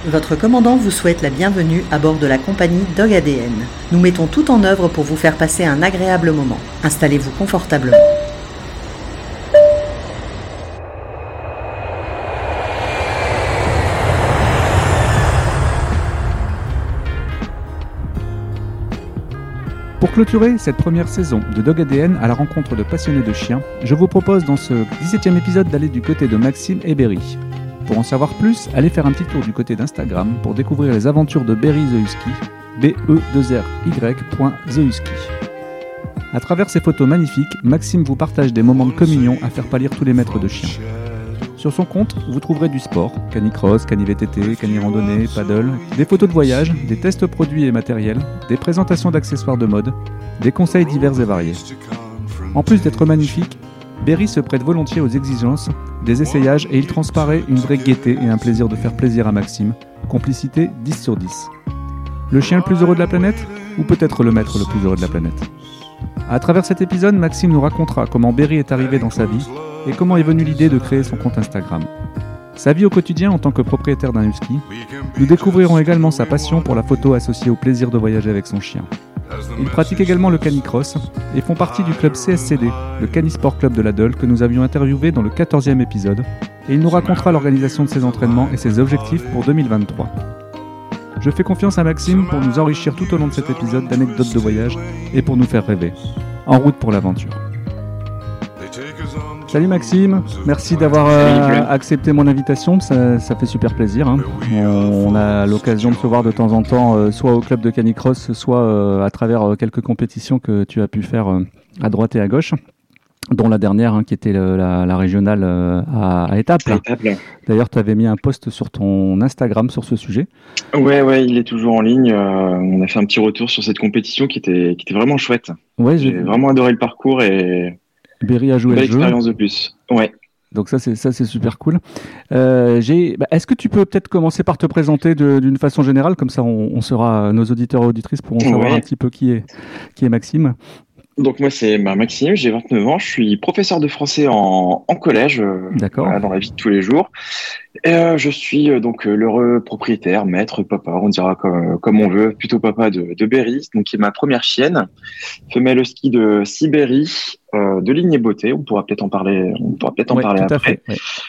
Votre commandant vous souhaite la bienvenue à bord de la compagnie Dog ADN. Nous mettons tout en œuvre pour vous faire passer un agréable moment. Installez-vous confortablement. Pour clôturer cette première saison de Dog ADN à la rencontre de passionnés de chiens, je vous propose dans ce 17e épisode d'aller du côté de Maxime et Berry. Pour en savoir plus, allez faire un petit tour du côté d'Instagram pour découvrir les aventures de Berry the Husky, BE2RY.TheHusky. À travers ces photos magnifiques, Maxime vous partage des moments de communion à faire pâlir tous les maîtres de chiens. Sur son compte, vous trouverez du sport, canicross, cani-VTT, cani-randonnée, paddle, des photos de voyage, des tests produits et matériels, des présentations d'accessoires de mode, des conseils divers et variés. En plus d'être magnifique, Berry se prête volontiers aux exigences, des essayages et il transparaît une vraie gaieté et un plaisir de faire plaisir à Maxime. Complicité 10 sur 10. Le chien le plus heureux de la planète ? Ou peut-être le maître le plus heureux de la planète ? À travers cet épisode, Maxime nous racontera comment Berry est arrivé dans sa vie et comment est venue l'idée de créer son compte Instagram. Sa vie au quotidien en tant que propriétaire d'un husky. Nous découvrirons également sa passion pour la photo associée au plaisir de voyager avec son chien. Ils pratiquent également le canicross et font partie du club CSCD, le Canisport Club de la Dole, que nous avions interviewé dans le 14e épisode, et il nous racontera l'organisation de ses entraînements et ses objectifs pour 2023. Je fais confiance à Maxime pour nous enrichir tout au long de cet épisode d'anecdotes de voyage et pour nous faire rêver. En route pour l'aventure. Salut Maxime, merci d'avoir accepté mon invitation, ça fait super plaisir. Hein. On a l'occasion de se voir de temps en temps, soit au club de canicross, soit à travers quelques compétitions que tu as pu faire à droite et à gauche, dont la dernière qui était la régionale à Étaples. D'ailleurs, tu avais mis un post sur ton Instagram sur ce sujet. Ouais, il est toujours en ligne. On a fait un petit retour sur cette compétition qui était vraiment chouette. Ouais, j'ai vraiment adoré le parcours et Berry a joué une belle le jeu. expérience de plus. Ouais. Donc ça c'est super cool. Est-ce que tu peux peut-être commencer par te présenter d'une façon générale, comme ça nos auditeurs et auditrices pourront savoir un petit peu qui est Maxime. Donc moi c'est Maxime, j'ai 29 ans, je suis professeur de français en collège, dans la vie de tous les jours. Et je suis donc l'heureux propriétaire, maître, papa, on dira comme on veut, plutôt papa de Berry, donc qui est ma première chienne, femelle husky de Sibérie, de ligne et beauté. On pourra peut-être en parler, après.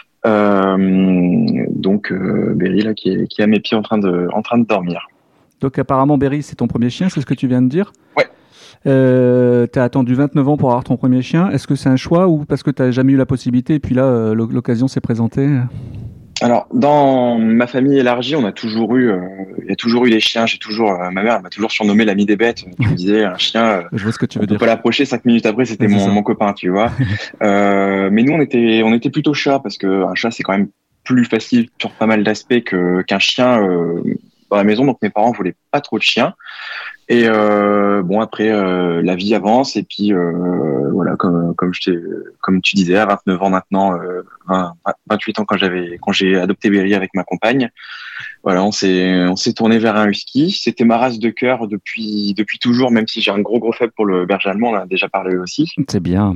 Donc Berry là qui est à mes pieds en train de dormir. Donc apparemment Berry c'est ton premier chien, c'est ce que tu viens de dire ? Ouais. T'as attendu 29 ans pour avoir ton premier chien. Est-ce que c'est un choix ou parce que t'as jamais eu la possibilité et puis là l'occasion s'est présentée ? Alors dans ma famille élargie, il y a toujours eu des chiens. Ma mère m'a toujours surnommé l'ami des bêtes. Tu me disais un chien. Je vois ce que tu veux dire. On peut pas l'approcher. 5 minutes après, c'était mon copain, tu vois. Mais nous on était plutôt chat parce que un chat c'est quand même plus facile sur pas mal d'aspects qu'un chien dans la maison. Donc mes parents voulaient pas trop de chiens. Et après la vie avance et puis voilà comme tu disais à 29 ans maintenant 28 ans quand j'ai adopté Berry avec ma compagne. Voilà, on s'est tourné vers un husky, c'était ma race de cœur depuis toujours, même si j'ai un gros faible pour le berger allemand, on en a déjà parlé aussi. C'est bien.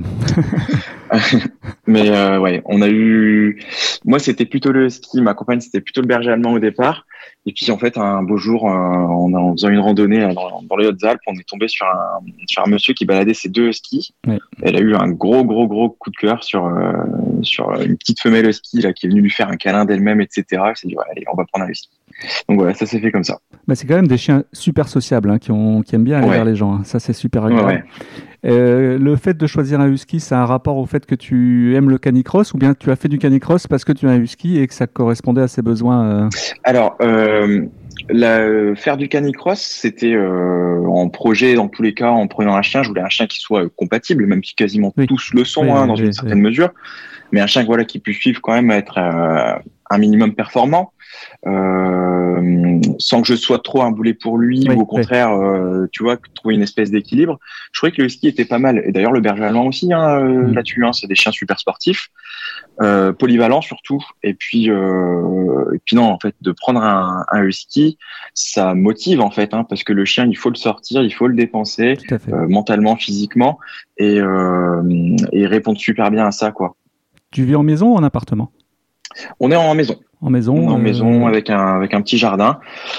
Mais moi c'était plutôt le husky, ma compagne c'était plutôt le berger allemand au départ. Et puis en fait un beau jour, en faisant une randonnée dans les Hautes-Alpes, on est tombé sur un monsieur qui baladait ses 2 huskies. Ouais. Elle a eu un gros coup de cœur sur une petite femelle husky là qui est venue lui faire un câlin d'elle-même, etc. Elle s'est dit allez, on va prendre un husky. Donc voilà, ça s'est fait comme ça. C'est quand même des chiens super sociables qui aiment bien aller vers les gens. Ça c'est super agréable. Ouais. Le fait de choisir un husky, ça a un rapport au fait que tu aimes le canicross ou bien tu as fait du canicross parce que tu as un husky et que ça correspondait à ses besoins Alors, faire du canicross, c'était en projet dans tous les cas. En prenant un chien, je voulais un chien qui soit compatible, même si quasiment tous le sont dans une certaine mesure. Mais un chien qui puisse suivre quand même, être un minimum performant. Sans que je sois trop un boulet pour lui ou au contraire trouver une espèce d'équilibre. Je trouvais que le husky était pas mal et d'ailleurs le berger allemand aussi là-dessus, c'est des chiens super sportifs, polyvalents surtout et puis non, en fait de prendre un husky ça motive en fait parce que le chien il faut le sortir, il faut le dépenser mentalement, physiquement et répondre super bien à ça quoi. Tu vis en maison ou en appartement ? On est en maison. En maison. En maison avec un petit jardin.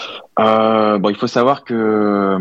Il faut savoir que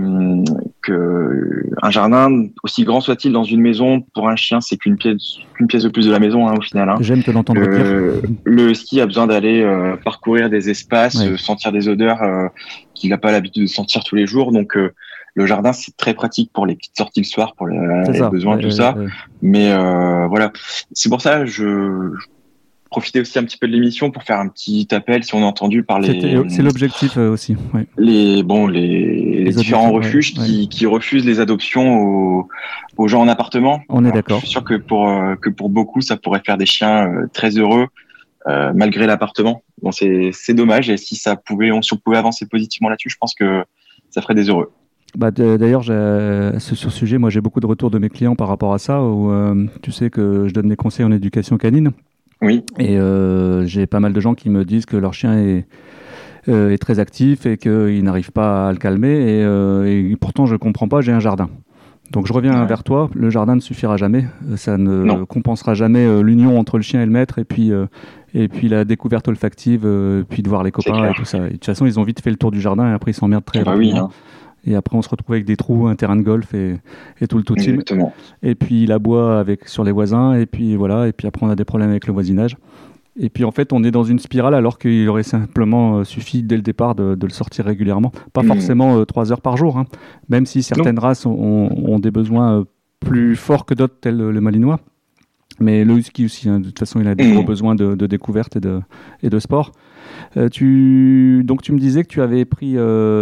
un jardin, aussi grand soit-il dans une maison, pour un chien, c'est qu'une pièce de plus de la maison, au final. J'aime te l'entendre dire. Le husky a besoin d'aller parcourir des espaces, sentir des odeurs qu'il n'a pas l'habitude de sentir tous les jours. Donc, le jardin, c'est très pratique pour les petites sorties le soir, pour les besoins, tout ça. Mais voilà, c'est pour ça je profiter aussi un petit peu de l'émission pour faire un petit appel si on a entendu parler. C'est l'objectif aussi. Ouais. Les différents refuges qui refusent les adoptions aux gens en appartement. On est d'accord. Je suis sûr que pour beaucoup, ça pourrait faire des chiens très heureux malgré l'appartement. Bon, c'est dommage. Et si on pouvait avancer positivement là-dessus, je pense que ça ferait des heureux. D'ailleurs, sur ce sujet, moi, j'ai beaucoup de retours de mes clients par rapport à ça. Où, tu sais que je donne des conseils en éducation canine. Oui. Et j'ai pas mal de gens qui me disent que leur chien est très actif et qu'ils n'arrivent pas à le calmer. Et pourtant, je comprends pas, j'ai un jardin. Donc, je reviens vers toi. Le jardin ne suffira jamais. Ça ne compensera jamais l'union entre le chien et le maître. Et puis la découverte olfactive, puis de voir les copains et tout ça. Et de toute façon, ils ont vite fait le tour du jardin et après, ils s'emmerdent très rapidement. Et après, on se retrouve avec des trous, un terrain de golf et tout le team. Exactement. Et puis, il aboie sur les voisins. Et puis, voilà. Et puis, après, on a des problèmes avec le voisinage. Et puis, en fait, on est dans une spirale alors qu'il aurait simplement suffi, dès le départ, de le sortir régulièrement. Pas forcément 3 heures par jour. Même si certaines races ont des besoins plus forts que d'autres, tels le Malinois. Mais le husky aussi, de toute façon, il a des gros besoins de découverte et de sport. Donc tu me disais que tu avais pris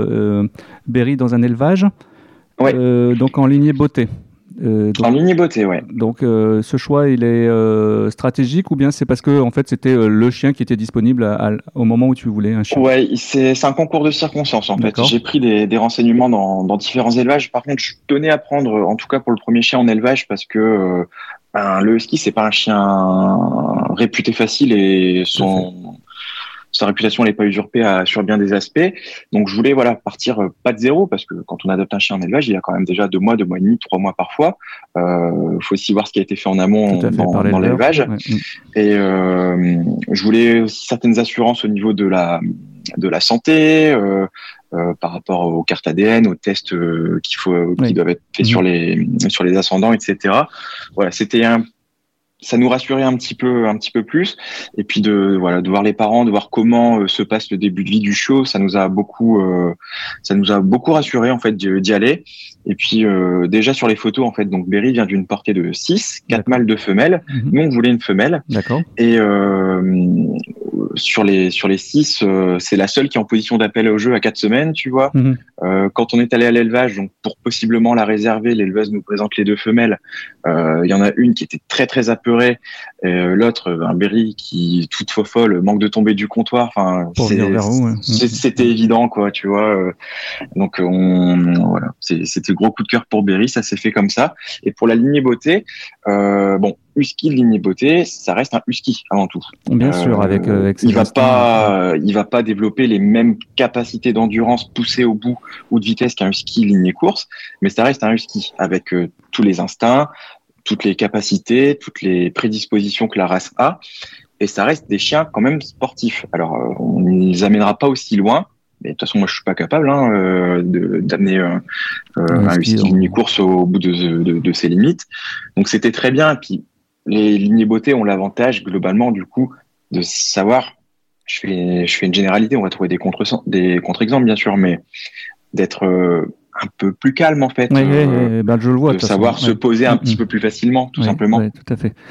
Berry dans un élevage, donc en lignée beauté. En lignée beauté, ouais. Donc ce choix, il est stratégique ou bien c'est parce que en fait c'était le chien qui était disponible au moment où tu voulais un chien? Ouais, c'est un concours de circonstances en fait. J'ai pris des renseignements dans différents élevages. Par contre, je tenais à prendre, en tout cas pour le premier chien en élevage, parce que le husky c'est pas un chien réputé facile et sa réputation n'est pas usurpée sur bien des aspects. Donc, je voulais partir pas de zéro, parce que quand on adopte un chien en élevage, il y a quand même déjà 2 mois, 2 mois et demi, 3 mois parfois. Faut aussi voir ce qui a été fait en amont dans l'élevage. Ouais. Et je voulais aussi certaines assurances au niveau de la santé, par rapport aux cartes ADN, aux tests qui doivent être faits sur les ascendants, etc. Voilà, ça nous rassurait un petit peu plus, et puis de voir les parents, de voir comment se passe le début de vie du chiot, ça nous a beaucoup rassuré en fait d'y aller. Et puis déjà sur les photos en fait, donc Berry vient d'une portée de 6, 4 mâles, 2 femelles. Nous on voulait une femelle. D'accord. Et sur les 6, c'est la seule qui est en position d'appel au jeu à 4 semaines, tu vois. Quand on est allé à l'élevage, donc pour possiblement la réserver, l'éleveuse nous présente les 2 femelles. Il y en a une qui était très très apeurée, l'autre un Berry qui toute folle, manque de tomber du comptoir. Enfin, c'était évident quoi, tu vois. Donc c'était le gros coup de cœur pour Berry, ça s'est fait comme ça. Et pour la lignée beauté, husky de lignée beauté, ça reste un husky avant tout. Bien sûr, avec il va pas développer les mêmes capacités d'endurance poussées au bout ou de vitesse qu'un husky lignée course, mais ça reste un husky avec tous les instincts, toutes les capacités, toutes les prédispositions que la race a, et ça reste des chiens quand même sportifs. Alors on ne les amènera pas aussi loin. Mais de toute façon, moi, je suis pas capable d'amener un husky lignée course au bout de ses limites. Donc, c'était très bien. Et puis, les lignées beauté ont l'avantage, globalement, du coup, de savoir, je fais une généralité, on va trouver des contre-exemples, bien sûr, mais d'être un peu plus calme, en fait. Je le vois. De savoir se poser un petit peu plus facilement, tout simplement. Oui, tout à fait.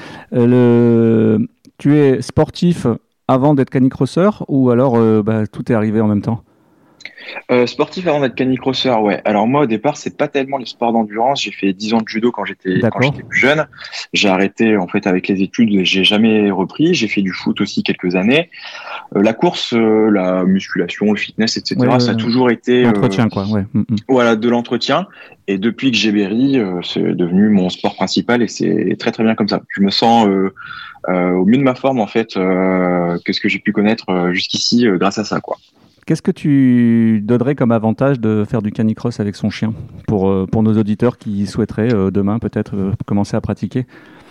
Tu es sportif avant d'être canicrosseur ou alors tout est arrivé en même temps? Sportif avant d'être canicrosseur, ouais. Alors moi au départ c'est pas tellement les sports d'endurance. J'ai fait 10 ans de judo quand j'étais plus jeune. J'ai arrêté en fait avec les études, j'ai jamais repris. J'ai fait du foot aussi quelques années. La course, la musculation, le fitness, etc. Ça a toujours été l'entretien quoi. Ouais. Voilà, de l'entretien. Et depuis que j'ai Berry, c'est devenu mon sport principal et c'est très très bien comme ça. Je me sens au mieux de ma forme en fait que ce que j'ai pu connaître jusqu'ici grâce à ça quoi. Qu'est-ce que tu donnerais comme avantage de faire du canicross avec son chien pour nos auditeurs qui souhaiteraient demain peut-être commencer à pratiquer?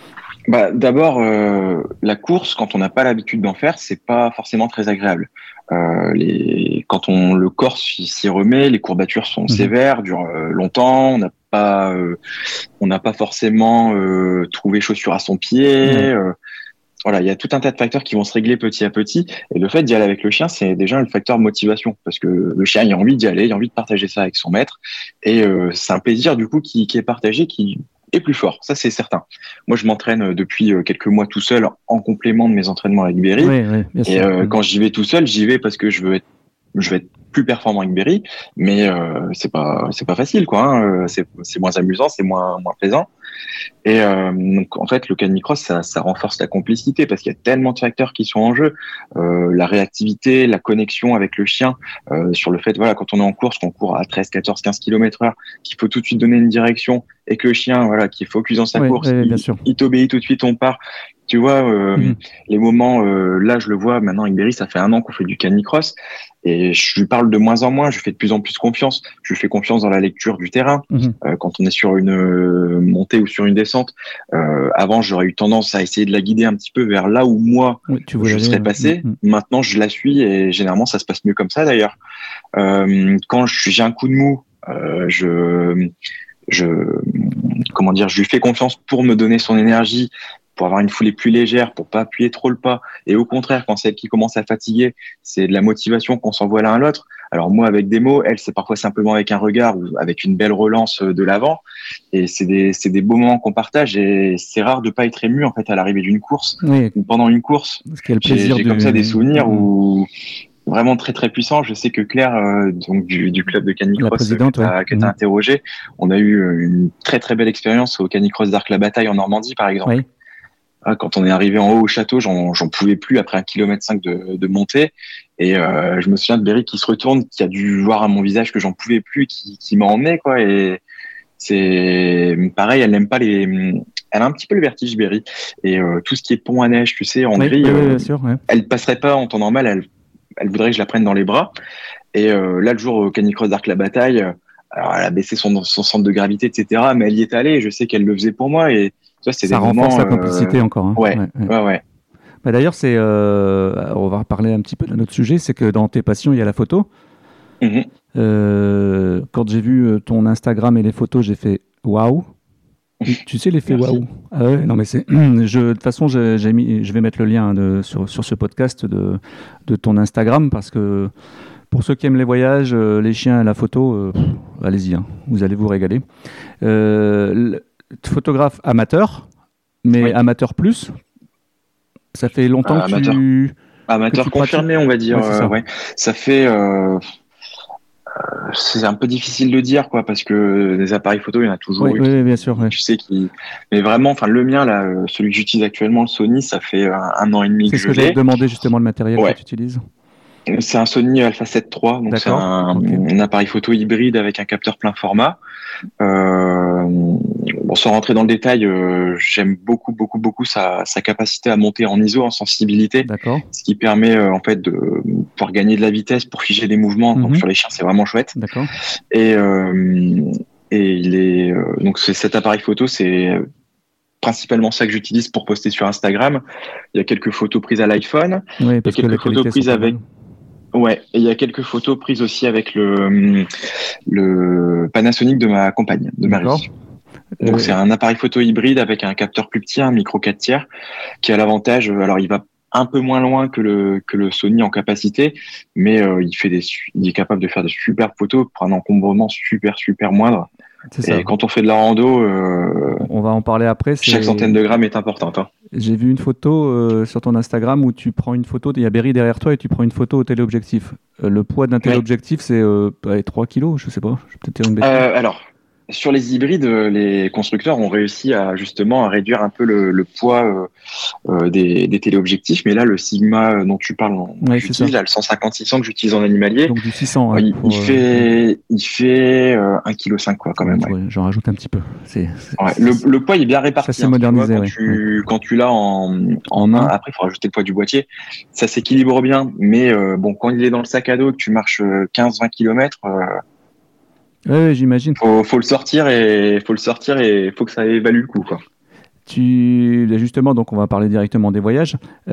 D'abord, la course, quand on n'a pas l'habitude d'en faire, c'est pas forcément très agréable. Quand le corps s'y remet, les courbatures sont sévères, durent longtemps. On n'a pas forcément trouvé chaussure à son pied. Voilà, il y a tout un tas de facteurs qui vont se régler petit à petit. Et le fait d'y aller avec le chien, c'est déjà le facteur motivation, parce que le chien, il a envie d'y aller, il a envie de partager ça avec son maître. Et c'est un plaisir du coup qui est partagé, qui est plus fort. Ça, c'est certain. Moi, je m'entraîne depuis quelques mois tout seul, en complément de mes entraînements avec Berry. Bien sûr. Quand j'y vais tout seul, j'y vais parce que je vais être plus performant avec Berry, mais c'est pas facile, quoi. Hein. C'est moins amusant, c'est moins plaisant. Et donc en fait, le canicross, ça renforce la complicité parce qu'il y a tellement de facteurs qui sont en jeu, la réactivité, la connexion avec le chien, sur le fait, voilà, quand on est en course, qu'on court à 13, 14, 15 km/h, qu'il faut tout de suite donner une direction et que le chien, voilà, qui est focus dans sa course, il t'obéit tout de suite, on part. Tu vois, les moments, là, je le vois maintenant avec Berry, ça fait 1 an qu'on fait du canicross et je lui parle de moins en moins, je lui fais de plus en plus confiance. Je lui fais confiance dans la lecture du terrain. Quand on est sur une montée ou sur une descente, avant, j'aurais eu tendance à essayer de la guider un petit peu vers là où moi, je serais passé. Maintenant, je la suis et généralement, ça se passe mieux comme ça d'ailleurs. Quand j'ai un coup de mou, je lui fais confiance pour me donner son énergie, pour avoir une foulée plus légère, pour pas appuyer trop le pas. Et au contraire, quand c'est elle qui commence à fatiguer, c'est de la motivation qu'on s'envoie l'un à l'autre. Alors moi, avec des mots, elle, c'est parfois simplement avec un regard ou avec une belle relance de l'avant. Et c'est des beaux moments qu'on partage et c'est rare de pas être ému, en fait, à l'arrivée d'une course ou pendant une course. J'ai comme ça des souvenirs où vraiment très très puissant. Je sais que Claire, donc du club de canicross que t'as interrogé, on a eu une très très belle expérience au canicross d'Arc-la-Bataille en Normandie, par exemple. Oui. Quand on est arrivé en haut au château, j'en pouvais plus après 1,5 km de montée. Et je me souviens de Berry qui se retourne, qui a dû voir à mon visage que j'en pouvais plus, qui m'a emmené, quoi. Et c'est pareil, elle n'aime pas elle a un petit peu le vertige, Berry. Et tout ce qui est pont à neige, tu sais, en gris, elle passerait pas en temps normal. Elle voudrait que je la prenne dans les bras. Et là, le jour au canicross d'Arc-la-Bataille, alors elle a baissé son centre de gravité, etc. Mais elle y est allée. Et je sais qu'elle le faisait pour moi. Et ça renforce la complicité encore. Hein. Ouais. Bah d'ailleurs, on va reparler un petit peu d'un autre sujet, c'est que dans tes passions, il y a la photo. Quand j'ai vu ton Instagram et les photos, j'ai fait waouh. Tu sais l'effet waouh. Ah ouais, non mais de toute façon, je vais mettre le lien sur ce podcast de ton Instagram parce que pour ceux qui aiment les voyages, les chiens et la photo, allez-y, hein, vous allez vous régaler. Photographe amateur, mais amateur plus. Ça fait longtemps que amateur confirmé, on va dire. Ça fait. C'est un peu difficile de dire, quoi, parce que des appareils photo, il y en a toujours eu. Oui, bien sûr. Tu sais mais vraiment, enfin, le mien, là, celui que j'utilise actuellement, le Sony, ça fait 1 an et demi que je l'ai. C'est ce que j'avais demandé justement, le matériel que tu utilises. C'est un Sony Alpha 7 III, donc c'est un appareil photo hybride avec un capteur plein format. Sans rentrer dans le détail, j'aime beaucoup sa capacité à monter en ISO, en sensibilité, ce qui permet en fait de pouvoir gagner de la vitesse pour figer des mouvements. Donc sur les chiens, c'est vraiment chouette. D'accord. Et il est donc cet appareil photo, c'est principalement ça que j'utilise pour poster sur Instagram. Il y a quelques photos prises à l'iPhone. Oui, parce il y a quelques photos prises avec. Ouais, et il y a quelques photos prises aussi avec le Panasonic de ma compagne, de Marie. Donc c'est un appareil photo hybride avec un capteur plus petit, un micro 4/3, qui a l'avantage, alors il va un peu moins loin que le Sony en capacité, mais il est capable de faire de superbes photos pour un encombrement super moindre. Et quand on fait de la rando, on va en parler après. Chaque centaine de grammes est importante. Hein. J'ai vu une photo sur ton Instagram où tu prends une photo, il y a Berry derrière toi et tu prends une photo au téléobjectif. Le poids d'un téléobjectif, c'est 3 kilos, je sais pas. Je vais peut-être dire une bêtise. Alors, sur les hybrides, les constructeurs ont réussi à réduire un peu le poids des téléobjectifs. Mais là, le Sigma dont tu parles, j'utilise là, le 150-600 que j'utilise en animalier. Donc du 600. Il fait 1,5 kg quoi, quand même. Ouais. J'en rajoute un petit peu. Le poids il est bien réparti. Ça s'est modernisé. Quand tu l'as en main, après il faut rajouter le poids du boîtier. Ça s'équilibre bien. Mais quand il est dans le sac à dos, que tu marches 15-20 km. Oui, j'imagine. Faut le sortir et faut que ça ait valu le coup, quoi. Justement, donc on va parler directement des voyages.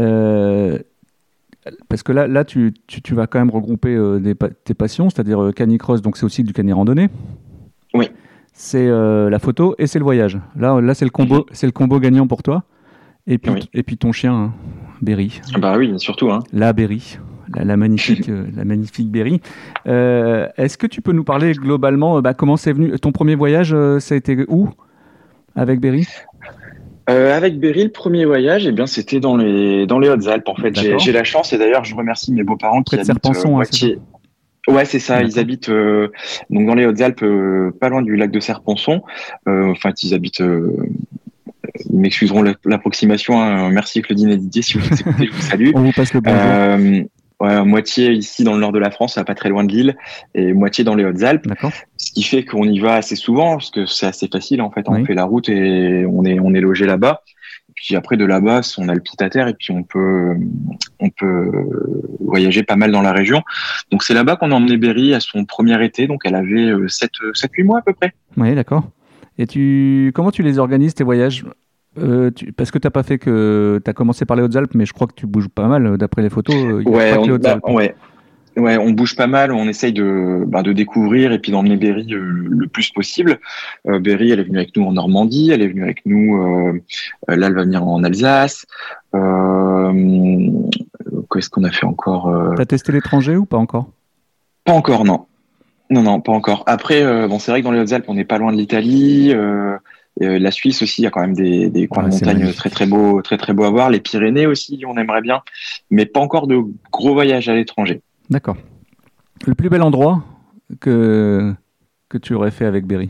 Parce que là tu vas quand même regrouper tes passions, c'est-à-dire canicross, donc c'est aussi du cani randonnée. Oui. C'est la photo et c'est le voyage. Là c'est le combo gagnant pour toi. Et puis ton chien, hein, Berry. Bah oui, surtout. Hein. La Berry, la magnifique Berry. Est-ce que tu peux nous parler globalement, comment c'est venu ton premier voyage, ça a été où avec Berry? Avec Berry, le premier voyage, c'était dans les Hautes-Alpes. En fait, j'ai la chance, et d'ailleurs, je remercie mes beaux-parents qui habitent Moitié. Ouais, c'est ça. D'accord. Ils habitent donc dans les Hautes-Alpes, pas loin du lac de Serponçon. Ils habitent. Ils m'excuseront l'approximation. Hein. Merci Claudine et Didier, si vous écoutez, je vous salue. On vous passe le bonjour. Moitié ici dans le nord de la France, pas très loin de Lille, et moitié dans les Hautes-Alpes. D'accord. Ce qui fait qu'on y va assez souvent, parce que c'est assez facile en fait. On fait la route et on est logé là-bas. Et puis après de là-bas, on a le pied à terre et puis on peut voyager pas mal dans la région. Donc c'est là-bas qu'on a emmené Berry à son premier été. Donc elle avait 7-8 mois à peu près. Oui, d'accord. Et comment tu les organises tes voyages? Parce que t'as commencé par les Hautes-Alpes, mais je crois que tu bouges pas mal d'après les photos. On bouge pas mal. On essaye de découvrir et puis d'emmener Berry le plus possible. Berry, elle est venue avec nous en Normandie, elle est venue avec nous. Là, elle va venir en Alsace. Qu'est-ce qu'on a fait encore? T'as testé l'étranger ou pas encore? Pas encore, non. Non, pas encore. Après, c'est vrai que dans les Hautes-Alpes, on n'est pas loin de l'Italie. La Suisse aussi, il y a quand même des coins de montagne très très beaux à voir. Les Pyrénées aussi, on aimerait bien, mais pas encore de gros voyages à l'étranger. D'accord. Le plus bel endroit que tu aurais fait avec Berry?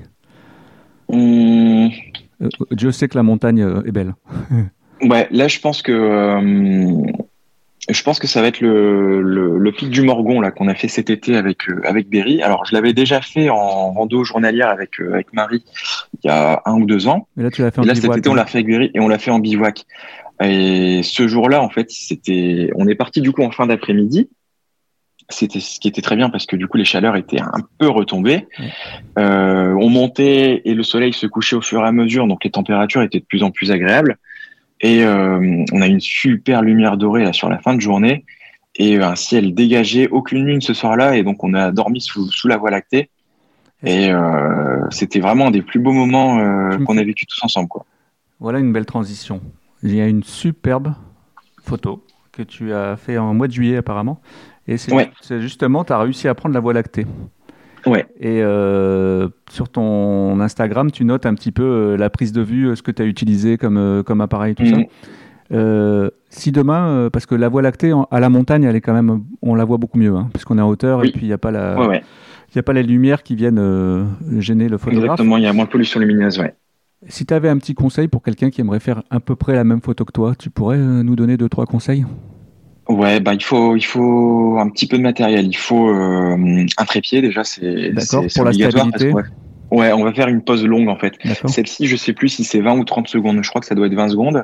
Dieu sait que la montagne est belle. Ouais, là je pense que ça va être le pic du Morgon là qu'on a fait cet été avec Berry. Alors je l'avais déjà fait en rando journalière avec Marie il y a 1 ou 2 ans. Et là tu l'as fait en bivouac. Cet été on l'a fait avec Berry et on l'a fait en bivouac. Et ce jour-là en fait on est parti du coup en fin d'après-midi. C'était ce qui était très bien parce que du coup les chaleurs étaient un peu retombées. On montait et le soleil se couchait au fur et à mesure, donc les températures étaient de plus en plus agréables. Et on a une super lumière dorée là sur la fin de journée et un ciel dégagé, aucune lune ce soir-là, et donc on a dormi sous la Voie lactée. Et c'était vraiment un des plus beaux moments qu'on a vécu tous ensemble, quoi. Voilà une belle transition. Il y a une superbe photo que tu as fait en mois de juillet apparemment. Et c'est justement, tu as réussi à prendre la Voie lactée. Ouais. Et sur ton Instagram, tu notes un petit peu la prise de vue, ce que tu as utilisé comme appareil, tout ça. Si demain, parce que la Voie lactée à la montagne, elle est quand même, on la voit beaucoup mieux, hein, parce qu'on est en hauteur et puis il n'y a pas y a pas les lumières qui viennent gêner le photographe. Exactement, il y a moins de pollution lumineuse, ouais. Si tu avais un petit conseil pour quelqu'un qui aimerait faire à peu près la même photo que toi, tu pourrais nous donner 2-3 conseils? Ouais, il faut un petit peu de matériel. Il faut un trépied déjà, c'est pour obligatoire. La stabilité. Ouais, on va faire une pause longue en fait. D'accord. Celle-ci, je sais plus si c'est 20 ou 30 secondes. Je crois que ça doit être 20 secondes.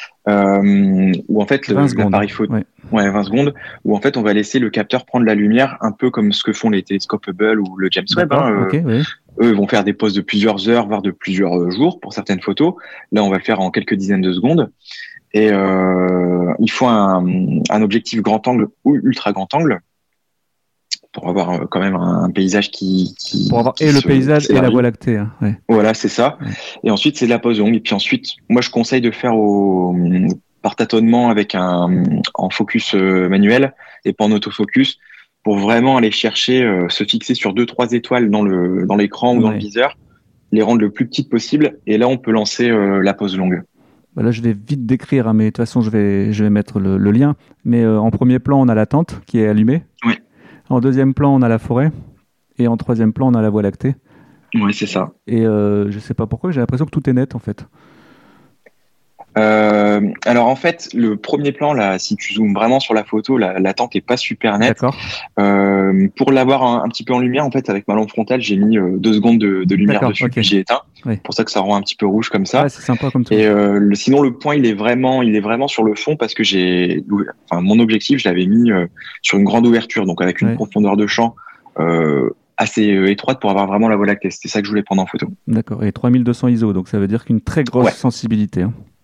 Où en fait l'appareil photo, 20 secondes. Où en fait on va laisser le capteur prendre la lumière, un peu comme ce que font les télescopes Hubble ou le James Webb. Eux vont faire des pauses de plusieurs heures, voire de plusieurs jours pour certaines photos. Là, on va le faire en quelques dizaines de secondes. Et il faut un objectif grand angle ou ultra grand angle pour avoir quand même un paysage pour avoir le paysage et la Voie lactée. Hein. Ouais. Voilà, c'est ça. Ouais. Et ensuite, c'est de la pose longue. Et puis ensuite, moi, je conseille de faire par tâtonnement avec en focus manuel et pas en autofocus pour vraiment aller chercher, se fixer sur 2-3 étoiles dans l'écran ou dans le viseur, les rendre le plus petites possible. Et là, on peut lancer la pose longue. Là, je vais vite décrire, hein, mais de toute façon, je vais mettre le lien. Mais en premier plan, on a la tente qui est allumée. Oui. En deuxième plan, on a la forêt. Et en troisième plan, on a la Voie lactée. Oui, c'est ça. Et je sais pas pourquoi, j'ai l'impression que tout est net, en fait. Alors en fait, le premier plan là, si tu zoomes vraiment sur la photo, la tente est pas super nette. D'accord. Pour l'avoir un petit peu en lumière, en fait, avec ma lampe frontale, j'ai mis 2 secondes de lumière dessus, puis j'ai éteint. Oui. Pour ça que ça rend un petit peu rouge comme ça. Ouais, c'est sympa comme tout. Et sinon le point, il est vraiment sur le fond parce que mon objectif, je l'avais mis sur une grande ouverture, donc avec une profondeur de champ assez étroite pour avoir vraiment la Voie lactée. C'était ça que je voulais prendre en photo. D'accord. Et 3200 ISO, donc ça veut dire qu'une très grosse sensibilité. Hein.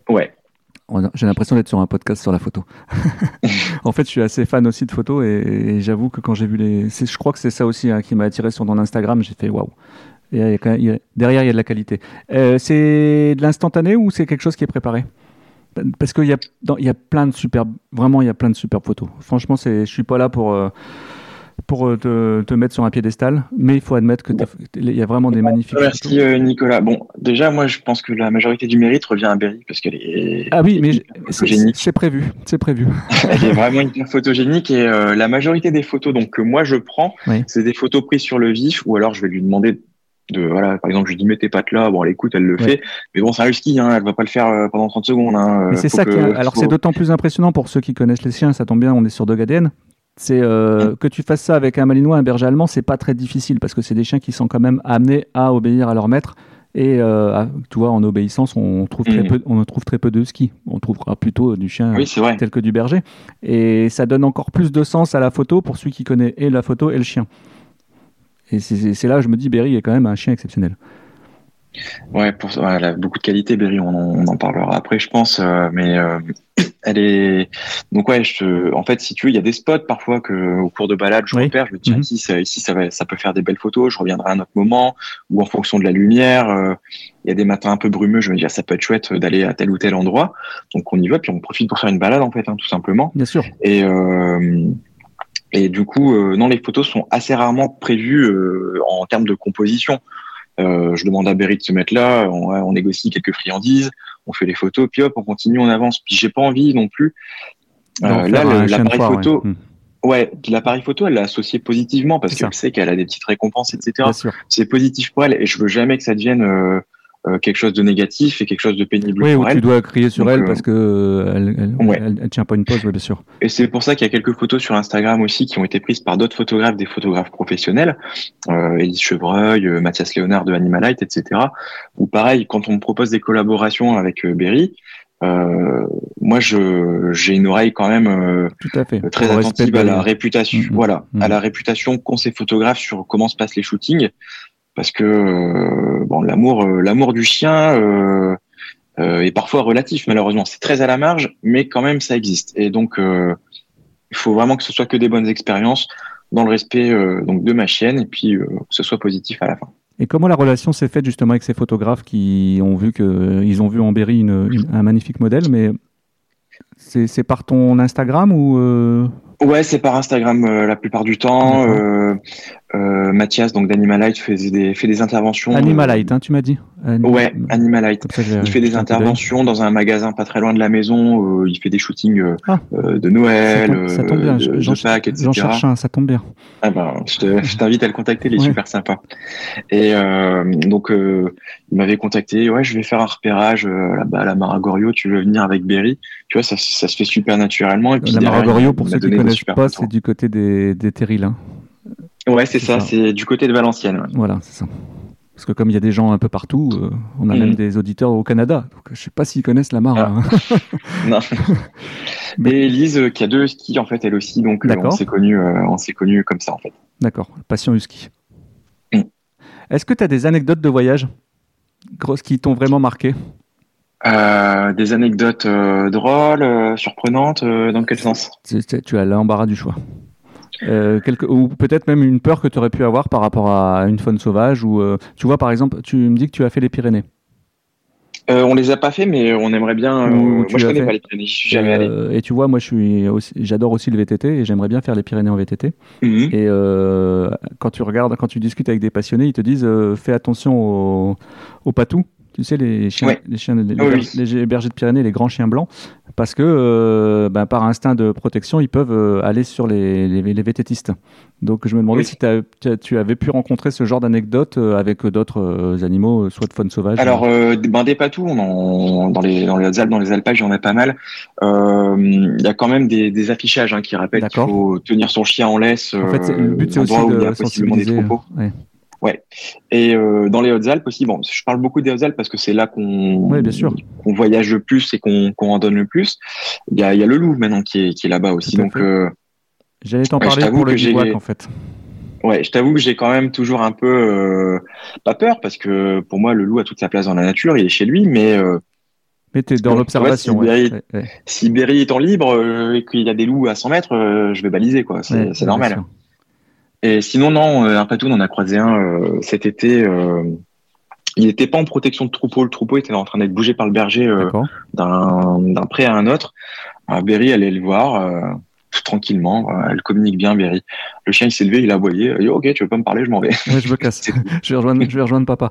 Ouais. J'ai l'impression d'être sur un podcast sur la photo. En fait, je suis assez fan aussi de photos et j'avoue que quand j'ai vu je crois que c'est ça aussi qui m'a attiré sur ton Instagram. J'ai fait waouh. Derrière, il y a de la qualité. C'est de l'instantané ou c'est quelque chose qui est préparé? Parce qu'il y a plein de superbes, vraiment, il y a plein de superbes photos. Franchement, je suis pas là pour te mettre sur un piédestal, mais il faut admettre qu'il y a vraiment des magnifiques photos. Merci Nicolas. Bon, déjà, moi, je pense que la majorité du mérite revient à Berry parce qu'elle est. Ah oui, mais c'est prévu. Elle est vraiment hyper photogénique et la majorité des photos donc que moi je prends, c'est des photos prises sur le vif ou alors je vais lui demander par exemple, je lui dis mets tes pattes là, bon elle écoute, elle le fait, mais bon c'est un husky, elle va pas le faire pendant 30 secondes. Mais c'est ça alors c'est d'autant plus impressionnant pour ceux qui connaissent les chiens, ça tombe bien, on est sur Dog ADN. C'est que tu fasses ça avec un malinois, un berger allemand, c'est pas très difficile parce que c'est des chiens qui sont quand même amenés à obéir à leur maître et tu vois en obéissance on trouve très peu de ski, on trouvera plutôt du chien tel que du berger et ça donne encore plus de sens à la photo pour celui qui connaît et la photo et le chien. Et c'est là où je me dis, Berry est quand même un chien exceptionnel. Ouais, elle a beaucoup de qualité, Berry, on en parlera après, je pense. Mais elle est. Donc, ouais, en fait, si tu veux, il y a des spots parfois au cours de balade, je repère, je me dis, ici, ça peut faire des belles photos, je reviendrai à un autre moment, ou en fonction de la lumière. Il y a des matins un peu brumeux, je me dis, ça peut être chouette d'aller à tel ou tel endroit. Donc, on y va, puis on profite pour faire une balade, en fait, tout simplement. Bien sûr. Et du coup, non, les photos sont assez rarement prévues en termes de composition. Je demande à Berry de se mettre là, on négocie quelques friandises, on fait les photos, puis hop, on continue, on avance. Puis j'ai pas envie non plus. L'appareil photo, puis l'appareil photo, elle l'a associé positivement parce qu'elle sait qu'elle a des petites récompenses, etc. C'est positif pour elle et je veux jamais que ça devienne quelque chose de négatif et quelque chose de pénible pour elle. Tu dois crier sur elle parce que elle tient pas une pause, bien sûr. Et c'est pour ça qu'il y a quelques photos sur Instagram aussi qui ont été prises par d'autres photographes, des photographes professionnels, Élise Chevreuil, Mathias Léonard de Animalite, etc. Ou pareil, quand on me propose des collaborations avec Berry, moi j'ai une oreille quand même tout à fait. Très attentive à la réputation, à la réputation qu'ont ces photographes sur comment se passent les shootings. Parce que l'amour du chien est parfois relatif, malheureusement. C'est très à la marge, mais quand même, ça existe. Et donc, il faut vraiment que ce soit que des bonnes expériences dans le respect donc de ma chienne et puis que ce soit positif à la fin. Et comment la relation s'est faite justement avec ces photographes qui ont vu ils ont vu en Berry un magnifique modèle, mais c'est par ton Instagram ou Ouais, c'est par Instagram la plupart du temps. Mathias, donc d'Animalite, fait des interventions. Animalite, tu m'as dit. Animalite. Il fait des interventions dans un magasin pas très loin de la maison. Il fait des shootings de Noël, de Pâques, etc. J'en cherche un, ça tombe bien. Ah ben, je t'invite à le contacter, il est super sympa. Et donc, il m'avait contacté. Ouais, je vais faire un repérage là-bas à la Maragorio. Tu veux venir avec Berry? Tu vois, ça se fait super naturellement. Et puis la Maragorio, pour ceux qui ne connaissent pas, c'est du côté des Terrils. Hein. Ouais, c'est ça, c'est du côté de Valenciennes. Ouais. Voilà, c'est ça. Parce que comme il y a des gens un peu partout, on a même des auditeurs au Canada. Donc je ne sais pas s'ils connaissent la Mara. Ah. Non. Mais Elise, qui a 2 skis, en fait, elle aussi. Donc on s'est connus comme ça, en fait. D'accord, passion du ski. Est-ce que tu as des anecdotes de voyage grosses qui t'ont vraiment marqué? Des anecdotes drôles, surprenantes, dans quel sens? Tu as l'embarras du choix. Ou peut-être même une peur que tu aurais pu avoir par rapport à une faune sauvage ou tu vois par exemple tu me dis que tu as fait les Pyrénées. On les a pas fait mais on aimerait bien moi je connais pas les Pyrénées, je suis jamais allé. Et tu vois moi j'adore aussi le VTT et j'aimerais bien faire les Pyrénées en VTT. Et quand tu discutes avec des passionnés, ils te disent fais attention aux patous. Tu sais, les bergers de Pyrénées, les grands chiens blancs, parce que par instinct de protection, ils peuvent aller sur les VTTistes. Donc, je me demandais si tu avais pu rencontrer ce genre d'anecdote avec d'autres animaux, soit de faune sauvage. Alors, des patous, dans les Hautes-Alpes, dans les alpages, il y en a pas mal. Il y a quand même des affichages qui rappellent qu'il faut tenir son chien en laisse. En fait, le but, c'est aussi de sensibiliser. Ouais. Et dans les Hautes-Alpes aussi, je parle beaucoup des Hautes-Alpes parce que c'est là qu'on voyage le plus et qu'on randonne le plus. Il y a le loup maintenant qui est là-bas aussi. Donc, j'allais t'en parler pour le bivouac en fait. Ouais, je t'avoue que j'ai quand même toujours un peu pas peur parce que pour moi le loup a toute sa place dans la nature, il est chez lui, mais Mais tu es dans l'observation. Si Berry est en libre et qu'il y a des loups à 100 mètres, je vais baliser, quoi. C'est normal. Et sinon, non, un patou, on en a croisé un cet été. Il n'était pas en protection de troupeau. Le troupeau était en train d'être bougé par le berger d'un pré à un autre. Berry allait le voir tout tranquillement. Elle communique bien, Berry. Le chien, il s'est levé, il a aboyé. Il dit, ok, tu veux pas me parler, je m'en vais. Ouais, je me casse. je vais rejoindre papa.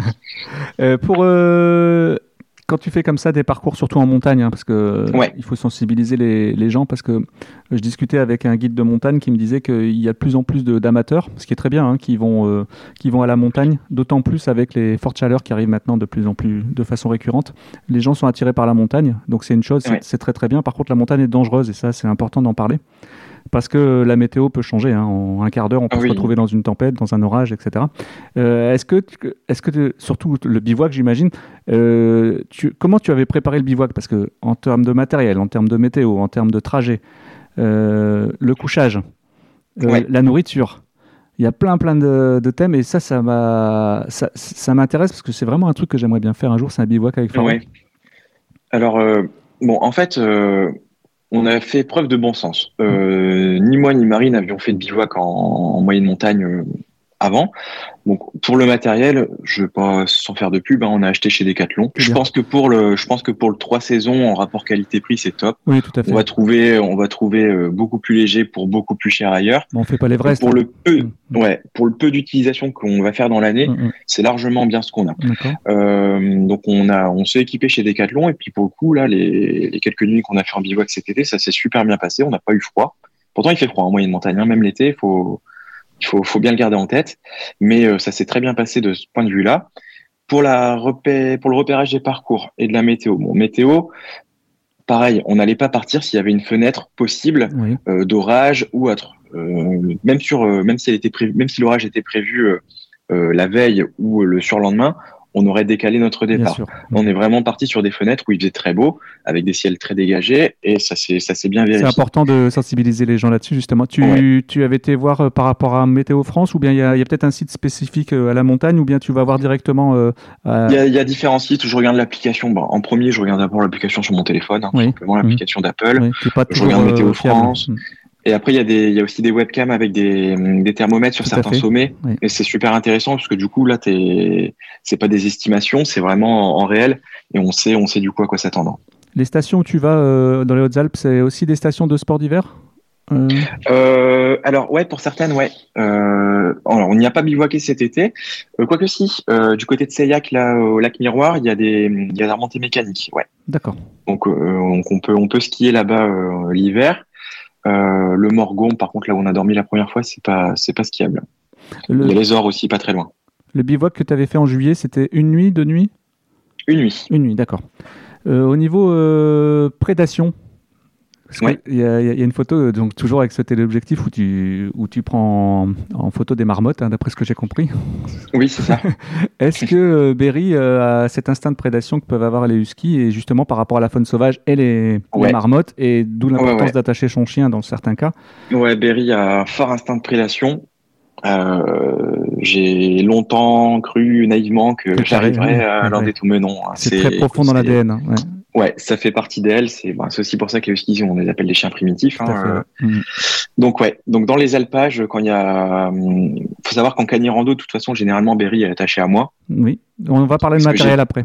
Quand tu fais comme ça des parcours, surtout en montagne, parce que il faut sensibiliser les gens, parce que je discutais avec un guide de montagne qui me disait qu'il y a de plus en plus d'amateurs, ce qui est très bien, qui vont à la montagne, d'autant plus avec les fortes chaleurs qui arrivent maintenant de plus en plus de façon récurrente. Les gens sont attirés par la montagne, donc c'est une chose, c'est très très bien. Par contre, la montagne est dangereuse et ça, c'est important d'en parler. Parce que la météo peut changer. En un quart d'heure, on peut se retrouver dans une tempête, dans un orage, etc. Est-ce que surtout le bivouac, j'imagine, comment tu avais préparé le bivouac? Parce que en termes de matériel, en termes de météo, en termes de trajet, le couchage, la nourriture, il y a plein de thèmes et ça m'intéresse parce que c'est vraiment un truc que j'aimerais bien faire un jour. C'est un bivouac avec Florent. Ouais. Alors, en fait... on a fait preuve de bon sens. Ni moi ni Marie n'avions fait de bivouac en moyenne montagne avant. Donc pour le matériel, je vais pas sans faire de pub, on a acheté chez Decathlon. Je pense que pour le 3 saisons en rapport qualité-prix, c'est top. Oui, tout à fait. On va trouver beaucoup plus léger pour beaucoup plus cher ailleurs. On fait pas l'Everest. Pour le peu d'utilisation qu'on va faire dans l'année, c'est largement bien ce qu'on a. Donc on s'est équipé chez Decathlon et puis pour le coup là, les quelques nuits qu'on a fait en bivouac cet été, ça s'est super bien passé. On n'a pas eu froid. Pourtant il fait froid en moyenne montagne, même l'été, il faut bien le garder en tête, mais ça s'est très bien passé de ce point de vue-là. Pour le repérage des parcours et de la météo. Météo, pareil, on n'allait pas partir s'il y avait une fenêtre possible d'orage ou autre. Même si l'orage était prévu la veille ou le surlendemain, on aurait décalé notre départ. On est vraiment parti sur des fenêtres où il faisait très beau, avec des ciels très dégagés, et ça s'est bien vérifié. C'est important de sensibiliser les gens là-dessus, justement. Tu avais été voir par rapport à Météo France, ou bien il y a peut-être un site spécifique à la montagne, ou bien tu vas voir directement Il y a différents sites où je regarde l'application. En premier, je regarde d'abord l'application sur mon téléphone, tout simplement l'application d'Apple. Je regarde Météo France. Et après, il y a aussi des webcams avec des thermomètres sur certains sommets. Et c'est super intéressant parce que du coup, là, c'est pas des estimations, c'est vraiment en réel. Et on sait du coup à quoi s'attendre. Les stations où tu vas dans les Hautes-Alpes, c'est aussi des stations de sport d'hiver Alors, pour certaines, Alors, on n'y a pas bivouaqué cet été. Quoique si, du côté de Seillac, là, au lac Miroir, il y a des remontées mécaniques. D'accord. Donc, on peut skier là-bas l'hiver. Le Morgon, par contre, là où on a dormi la première fois, c'est pas skiable. Il y a les Ors aussi, pas très loin. Le bivouac que tu avais fait en juillet, c'était une nuit, 2 nuits? Une nuit. Une nuit, d'accord. Au niveau prédation, il y a une photo, donc toujours avec ce téléobjectif où tu prends en photo des marmottes, d'après ce que j'ai compris. Oui, c'est ça. Est-ce que Berry a cet instinct de prédation que peuvent avoir les huskies, et justement par rapport à la faune sauvage et les marmottes, et d'où l'importance d'attacher son chien dans certains cas? Berry a un fort instinct de prédation. J'ai longtemps cru naïvement que j'arriverais à l'un des tout menons. C'est très profond dans l'ADN. Ça fait partie d'elle. C'est aussi pour ça que les huskies, on les appelle des chiens primitifs. Donc dans les alpages, quand il y a, faut savoir qu'en cani rando, de toute façon, généralement Berry est attaché à moi. Oui, on va parler de matériel après.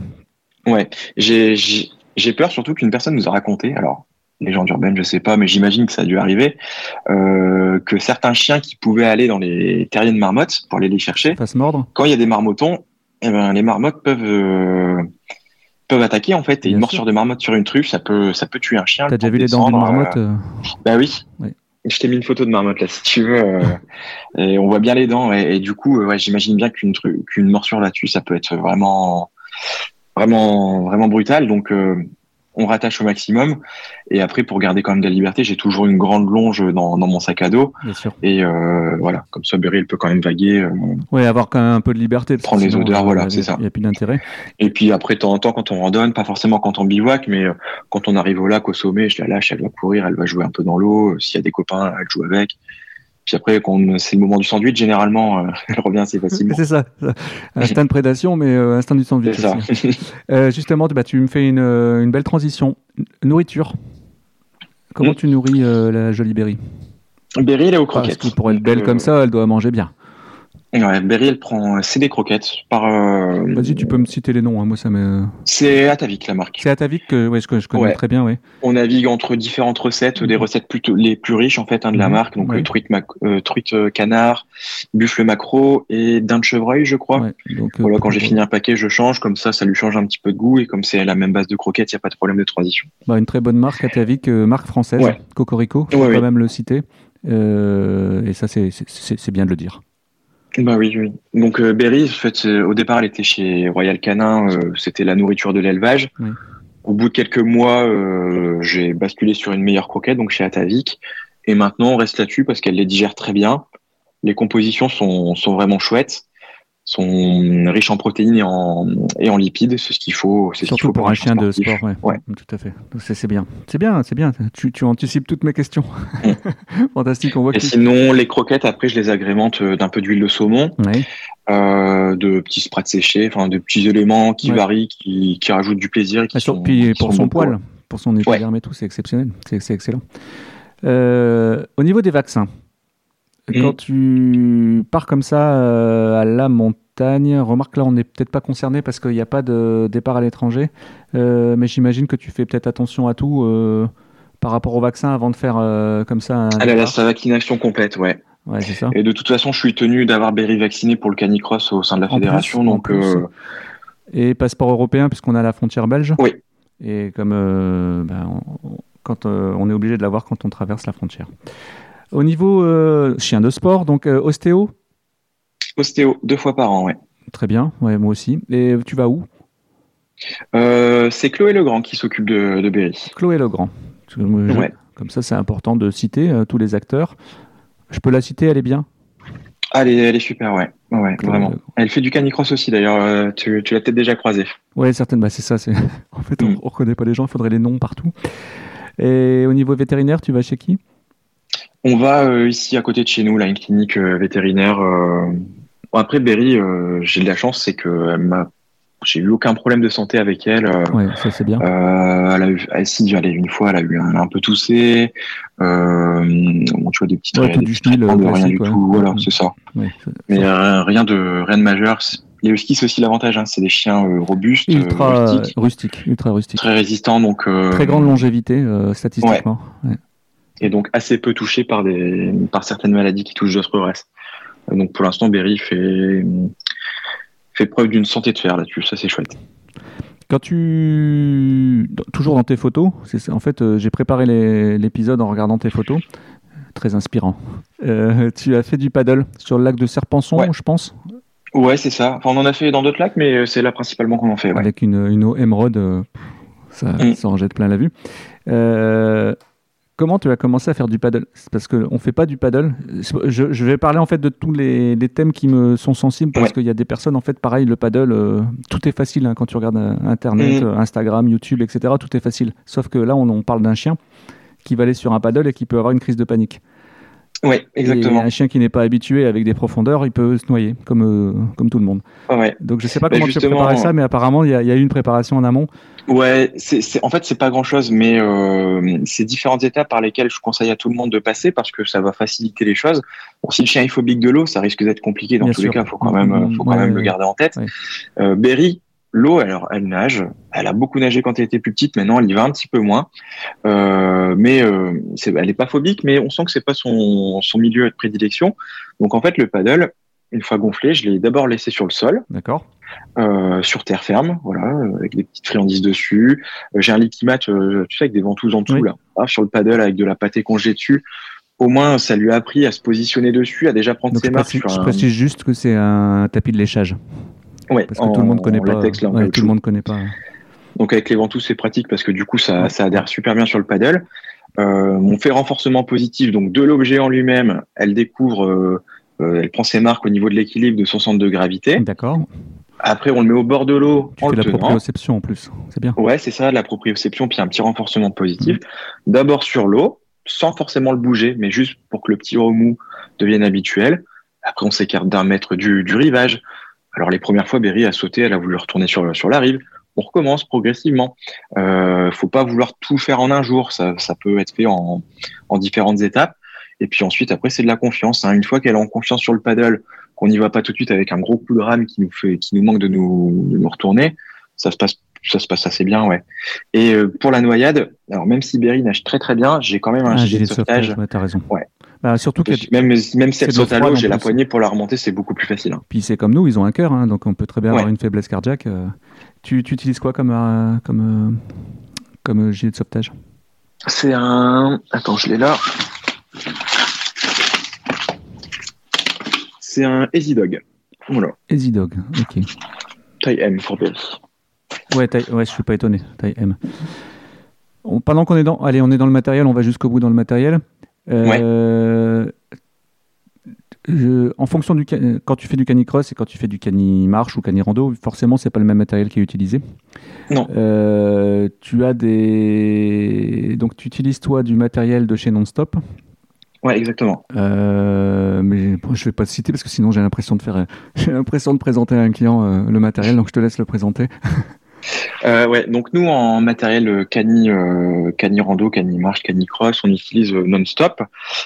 J'ai peur surtout qu'une personne nous a raconté. Alors, légende urbaine, je sais pas, mais j'imagine que ça a dû arriver, que certains chiens qui pouvaient aller dans les terriers de marmottes pour aller les chercher, fassent mordre. Quand il y a des marmotons, les marmottes peuvent attaquer en fait, et une morsure de marmotte sur une truffe, ça peut tuer un chien. T'as déjà vu les dents d'une marmotte Bah oui. Je t'ai mis une photo de marmotte là, si tu veux. Et on voit bien les dents, et du coup, j'imagine bien qu'une morsure là-dessus, ça peut être vraiment, vraiment, vraiment brutal. Donc on rattache au maximum, et après, pour garder quand même de la liberté, j'ai toujours une grande longe dans mon sac à dos. Bien sûr. Et comme ça, Berry, il peut quand même vaguer. Avoir quand même un peu de liberté. Prendre les odeurs, c'est ça. Il n'y a plus d'intérêt. Et puis après, de temps en temps, quand on randonne, pas forcément quand on bivouac, mais quand on arrive au lac, au sommet, je la lâche, elle va courir, elle va jouer un peu dans l'eau. S'il y a des copains, elle joue avec. Puis après, quand c'est le moment du sandwich, généralement, elle revient assez facilement. C'est ça. Instinct de prédation, mais instinct du sandwich c'est aussi. Justement, tu me fais une belle transition. Nourriture. Comment tu nourris la jolie Berry? Berry, elle est aux croquettes. Parce que pour être belle comme ça, elle doit manger bien. Ouais, Berry, c'est des croquettes. Vas-y, tu peux me citer les noms. Hein. Moi, ça me. C'est Atavik, la marque. C'est Atavik que je connais très bien, oui. On navigue entre différentes recettes, des recettes plutôt les plus riches en fait de la marque, donc truite canard, buffle maquereau et dinde chevreuil, je crois. Ouais, donc, voilà, quand j'ai fini un paquet, je change, comme ça lui change un petit peu de goût et comme c'est la même base de croquettes, il n'y a pas de problème de transition. Une très bonne marque, Atavik, marque française, Cocorico, on peut même le citer. Et ça, c'est bien de le dire. Bah oui. Donc Berry, en fait, au départ, elle était chez Royal Canin, c'était la nourriture de l'élevage. Oui. Au bout de quelques mois, j'ai basculé sur une meilleure croquette, donc chez Atavik. Et maintenant, on reste là-dessus parce qu'elle les digère très bien. Les compositions sont vraiment chouettes, sont riches en protéines et en lipides. C'est ce qu'il faut. C'est surtout ce qu'il faut pour un chien sportif. De sport, ouais. Tout à fait. C'est bien. C'est bien. Tu anticipes toutes mes questions. Fantastique. On voit et sinon, les croquettes, après, je les agrémente d'un peu d'huile de saumon. Oui. De petits sprats séchés, de petits éléments qui varient, qui rajoutent du plaisir. Puis pour son poil, pour son épiderme et tout, c'est exceptionnel, c'est excellent. Au niveau des vaccins, quand tu pars comme ça à la montagne, remarque là on n'est peut-être pas concerné parce qu'il n'y a pas de départ à l'étranger, mais j'imagine que tu fais peut-être attention à tout par rapport au vaccin avant de faire comme ça. Sa vaccination complète, ouais. Ouais, c'est ça. Et de toute façon, je suis tenu d'avoir Berry vacciné pour le canicross au sein de la fédération. Et passeport européen, puisqu'on a la frontière belge. Oui. Et comme quand on est obligé de l'avoir quand on traverse la frontière. Au niveau chien de sport, donc ostéo. Ostéo, 2 fois par an, ouais. Très bien, ouais, moi aussi. Et tu vas où? C'est Chloé Legrand qui s'occupe de Berry. Chloé Legrand. Comme ça, c'est important de citer tous les acteurs. Je peux la citer, elle est bien. Elle est super, ouais, vraiment. Elle fait du canicross aussi, d'ailleurs. Tu l'as peut-être déjà croisée. Oui, certainement. C'est ça. En fait, on ne reconnaît pas les gens. Il faudrait les noms partout. Et au niveau vétérinaire, tu vas chez qui? On va ici à côté de chez nous, là, une clinique vétérinaire. Après, Berry, j'ai de la chance, c'est que j'ai eu aucun problème de santé avec elle. Oui, ça c'est bien. Si j'allais une fois, elle a eu un peu toussé. Tu vois, des petites du style rien du tout. Voilà, c'est ça. Ouais, mais rien de majeur. Les huskies, c'est aussi l'avantage. C'est des chiens robustes, ultra rustiques. Très résistants. Donc, très grande longévité, statistiquement. Ouais. Et donc assez peu touchés par certaines maladies qui touchent d'autres races. Donc pour l'instant, Berry fait preuve d'une santé de fer là-dessus, ça c'est chouette. Quand toujours dans tes photos, en fait j'ai préparé l'épisode en regardant tes photos, très inspirant. Tu as fait du paddle sur le lac de Serpenson, je pense. Ouais, c'est ça. Enfin, on en a fait dans d'autres lacs, mais c'est là principalement qu'on en fait. Ouais. Avec une eau émeraude, ça en jette plein la vue. Comment tu as commencé à faire du paddle? Parce qu'on ne fait pas du paddle. Je vais parler en fait de tous les thèmes qui me sont sensibles parce qu'il y a des personnes, en fait, pareil, le paddle, tout est facile quand tu regardes Internet, Instagram, YouTube, etc. Tout est facile. Sauf que là, on parle d'un chien qui va aller sur un paddle et qui peut avoir une crise de panique. Oui, exactement. Et un chien qui n'est pas habitué avec des profondeurs, il peut se noyer, comme tout le monde. Ouais. Donc je ne sais pas comment tu as préparé ça, mais apparemment, il y a eu une préparation en amont. Ouais, en fait, c'est pas grand-chose, mais c'est différentes étapes par lesquelles je conseille à tout le monde de passer parce que ça va faciliter les choses. Bon, si le chien est phobique de l'eau, ça risque d'être compliqué dans tous les cas. Il faut quand même le garder en tête. Ouais. Berry, l'eau, alors elle nage. Elle a beaucoup nagé quand elle était plus petite. Maintenant, elle y va un petit peu moins. Mais elle n'est pas phobique, mais on sent que c'est pas son milieu de prédilection. Donc en fait, le paddle, une fois gonflé, je l'ai d'abord laissé sur le sol. D'accord. Sur terre ferme, voilà, avec des petites friandises dessus. J'ai un Liquimat, tu sais, avec des ventouses en dessous, là, sur le paddle avec de la pâtée congelée dessus. Au moins, ça lui a appris à se positionner dessus, à déjà prendre ses marques. Je précise juste que c'est un tapis de léchage. Ouais, parce que tout le monde connaît pas. Latex, là, tout le monde connaît pas. Donc avec les ventouses, c'est pratique parce que du coup, ça adhère super bien sur le paddle. On fait renforcement positif, donc de l'objet en lui-même, elle découvre, elle prend ses marques au niveau de l'équilibre de son centre de gravité. D'accord. Après, on le met au bord de l'eau. Tu fais la proprioception en plus, c'est bien. Ouais, c'est ça, la proprioception, puis un petit renforcement positif. D'abord sur l'eau, sans forcément le bouger, mais juste pour que le petit remous devienne habituel. Après, on s'écarte d'un mètre du rivage. Alors, les premières fois, Berry a sauté, elle a voulu retourner sur la rive. On recommence progressivement. Faut pas vouloir tout faire en un jour. Ça peut être fait en différentes étapes. Et puis ensuite, après, c'est de la confiance. Une fois qu'elle est en confiance sur le paddle, qu'on n'y va pas tout de suite avec un gros coup de rame qui nous manque de nous retourner, ça se passe assez bien, ouais. Et pour la noyade, alors même si Berry nage très très bien, j'ai quand même un gilet de sauvetage. Ouais, t'as raison. Ouais. Bah, surtout même si elle saute à l'eau, j'ai la poignée pour la remonter, c'est beaucoup plus facile. Puis c'est comme nous, ils ont un cœur, donc on peut très bien avoir une faiblesse cardiaque. Tu utilises quoi comme gilet de sauvetage? C'est un... Attends, je l'ai là. C'est un Easy Dog. Voilà. Easy Dog, ok. Taille M pour Berry. Ouais, je suis pas étonné. Taille M. Pendant qu'on est on est dans le matériel, on va jusqu'au bout dans le matériel. En fonction quand tu fais du canicross et quand tu fais du cani-marche ou cani-rando, forcément, c'est pas le même matériel qui est utilisé. Non. Donc, tu utilises, toi, du matériel de chez Non-Stop. Ouais, exactement. Mais je vais pas te citer parce que sinon j'ai l'impression de présenter à un client le matériel, donc je te laisse le présenter. Donc nous en matériel cani rando, cani marche, cani cross, on utilise non-stop.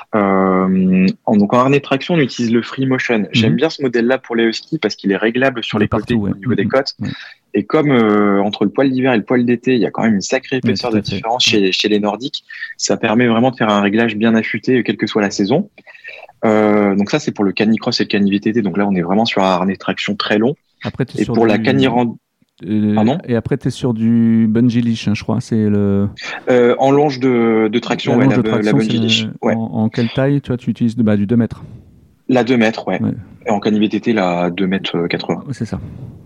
Donc en harnais de traction, on utilise le Free Motion. J'aime bien ce modèle-là pour les huskies parce qu'il est réglable sur les côtés au niveau des côtes. Et comme entre le poil d'hiver et le poil d'été, il y a quand même une sacrée épaisseur de différence chez les Nordiques, ça permet vraiment de faire un réglage bien affûté, quelle que soit la saison. Donc ça, c'est pour le canicross et le cani-VTT. Donc là, on est vraiment sur un harnais de traction très long. Après, et pour la cani-rando... Pardon. Et après, tu es sur du bungee leash, je crois. C'est le... en longe de traction, la bungee leash. En quelle taille tu utilises du 2 mètres? La 2 mètres, ouais. Et en cani-VTT, la 2 mètres 80. C'est ça.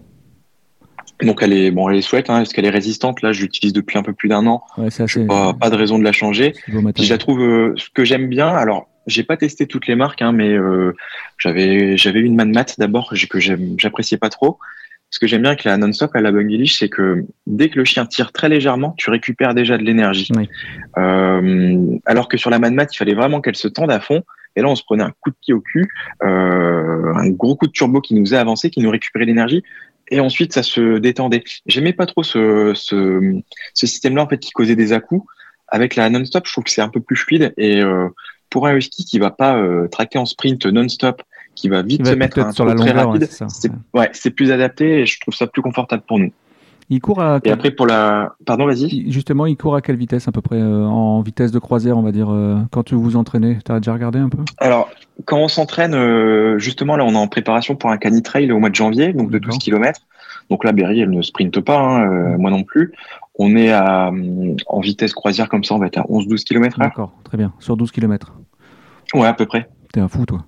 Donc elle est chouette, parce qu'elle est résistante. Là, je l'utilise depuis un peu plus d'1 an. Je n'ai pas de raison de la changer. Puis je la trouve, ce que j'aime bien, alors j'ai pas testé toutes les marques, mais j'avais une Manmat d'abord que j'appréciais pas trop. Ce que j'aime bien avec la non-stop à la bungee leash, c'est que dès que le chien tire très légèrement, tu récupères déjà de l'énergie. Oui. Alors que sur la Manmat, il fallait vraiment qu'elle se tende à fond. Et là, on se prenait un coup de pied au cul, un gros coup de turbo qui nous a avancé, qui nous récupérait l'énergie. Et ensuite, ça se détendait. J'aimais pas trop ce système-là, en fait, qui causait des à-coups. Avec la non-stop, je trouve que c'est un peu plus fluide. Et pour un husky qui va pas traquer en sprint non-stop, qui va vite se mettre un tour très rapide, c'est plus adapté et je trouve ça plus confortable pour nous. Il court à... Et après, pour la... Pardon, vas-y. Justement, il court à quelle vitesse à peu près en vitesse de croisière, on va dire, quand tu vous entraînez? Tu as déjà regardé un peu? Alors, quand on s'entraîne, justement, là, on est en préparation pour un cani-trail au mois de janvier, donc de 12 km. Donc là, Berry, elle ne sprinte pas, moi non plus. On est en vitesse croisière comme ça, on va être à 11-12 km/h. D'accord, très bien. Sur 12 km. Ouais, à peu près. T'es un fou, toi.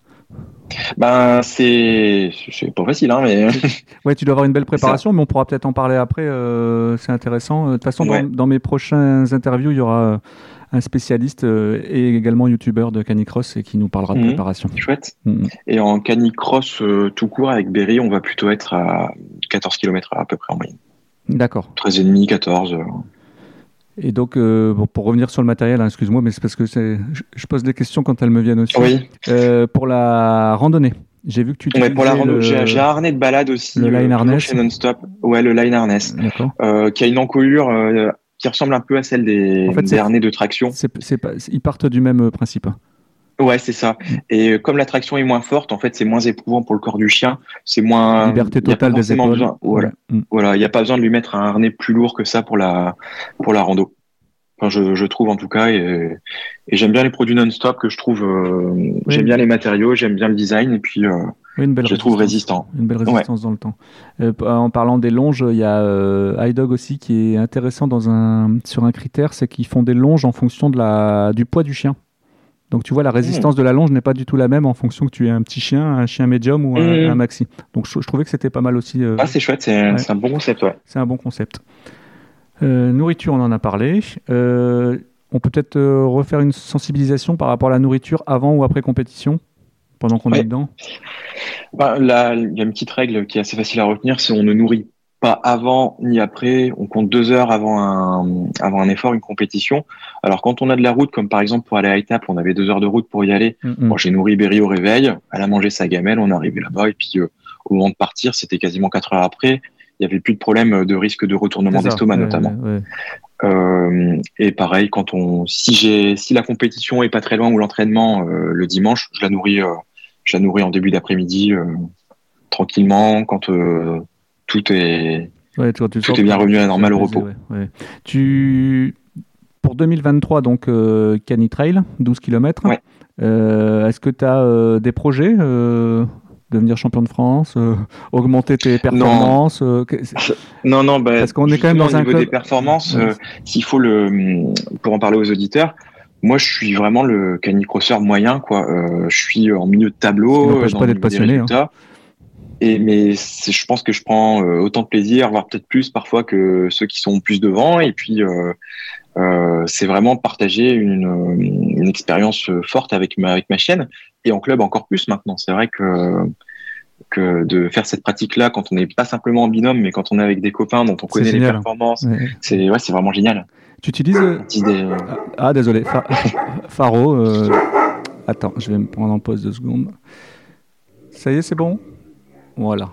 C'est pas facile, mais... Ouais, tu dois avoir une belle préparation, mais on pourra peut-être en parler après. C'est intéressant. De toute façon, dans mes prochaines interviews, il y aura un spécialiste et également youtubeur de canicross et qui nous parlera de préparation. Chouette. Et en canicross tout court avec Berry, on va plutôt être à 14 km à peu près en moyenne. D'accord. 13,5, 14. Et donc, pour revenir sur le matériel, excuse-moi, mais c'est parce que je pose des questions quand elles me viennent aussi. Oui. Pour la randonnée, j'ai vu que tu utilisais pour la randonnée, j'ai un harnais de balade aussi. Le line harness. Chez Non-Stop. Ouais, le line harness. D'accord. Qui a une encolure qui ressemble un peu à celle des harnais de traction. Ils partent du même principe. Ouais, c'est ça. Et comme la traction est moins forte, en fait, c'est moins éprouvant pour le corps du chien. C'est moins... Liberté totale des épaules. Voilà, il n'y a pas besoin de lui mettre un harnais plus lourd que ça pour la rando. Enfin, je trouve en tout cas. Et j'aime bien les produits non-stop que je trouve... J'aime bien les matériaux, j'aime bien le design. Et puis, je les trouve résistants. Une belle résistance dans le temps. En parlant des longes, il y a iDog aussi qui est intéressant sur un critère, c'est qu'ils font des longes en fonction du poids du chien. Donc tu vois, la résistance de la longe n'est pas du tout la même en fonction que tu aies un petit chien, un chien médium ou un maxi. Donc je trouvais que c'était pas mal aussi. C'est chouette, c'est un bon concept. Ouais. C'est un bon concept. Nourriture, on en a parlé. On peut peut-être refaire une sensibilisation par rapport à la nourriture avant ou après compétition, pendant qu'on est dedans. Là, il y a une petite règle qui est assez facile à retenir, c'est on ne nourrit pas avant ni après. On compte 2 heures avant un effort, une compétition. Alors quand on a de la route, comme par exemple pour aller à Étaples, on avait 2 heures de route pour y aller. Bon, j'ai nourri Berry au réveil, elle a mangé sa gamelle, on est arrivé là-bas et puis au moment de partir, c'était quasiment 4 heures après. Il y avait plus de problème de risque de retournement d'estomac notamment. Et pareil, si la compétition est pas très loin ou l'entraînement le dimanche, je la nourris en début d'après-midi tranquillement quand tout est bien revenu à la normale au repos. Pour 2023, donc Canitrail, 12 km. Ouais. Est-ce que tu as des projets devenir champion de France, augmenter tes performances? Non, parce qu'on est quand même dans un niveau des performances, s'il faut pour en parler aux auditeurs, moi je suis vraiment le canicrosseur moyen, quoi. Je suis en milieu de tableau, ça n'empêche pas d'être passionné. Mais je pense que je prends autant de plaisir, voire peut-être plus parfois que ceux qui sont plus devant. Et puis c'est vraiment partager une expérience forte avec ma chienne, et en club encore plus maintenant. C'est vrai que de faire cette pratique-là quand on n'est pas simplement en binôme, mais quand on est avec des copains dont on connaît les performances, c'est vraiment génial. Tu utilises désolé, Faro. Attends, je vais me prendre en pause 2 secondes. Ça y est, c'est bon. Voilà.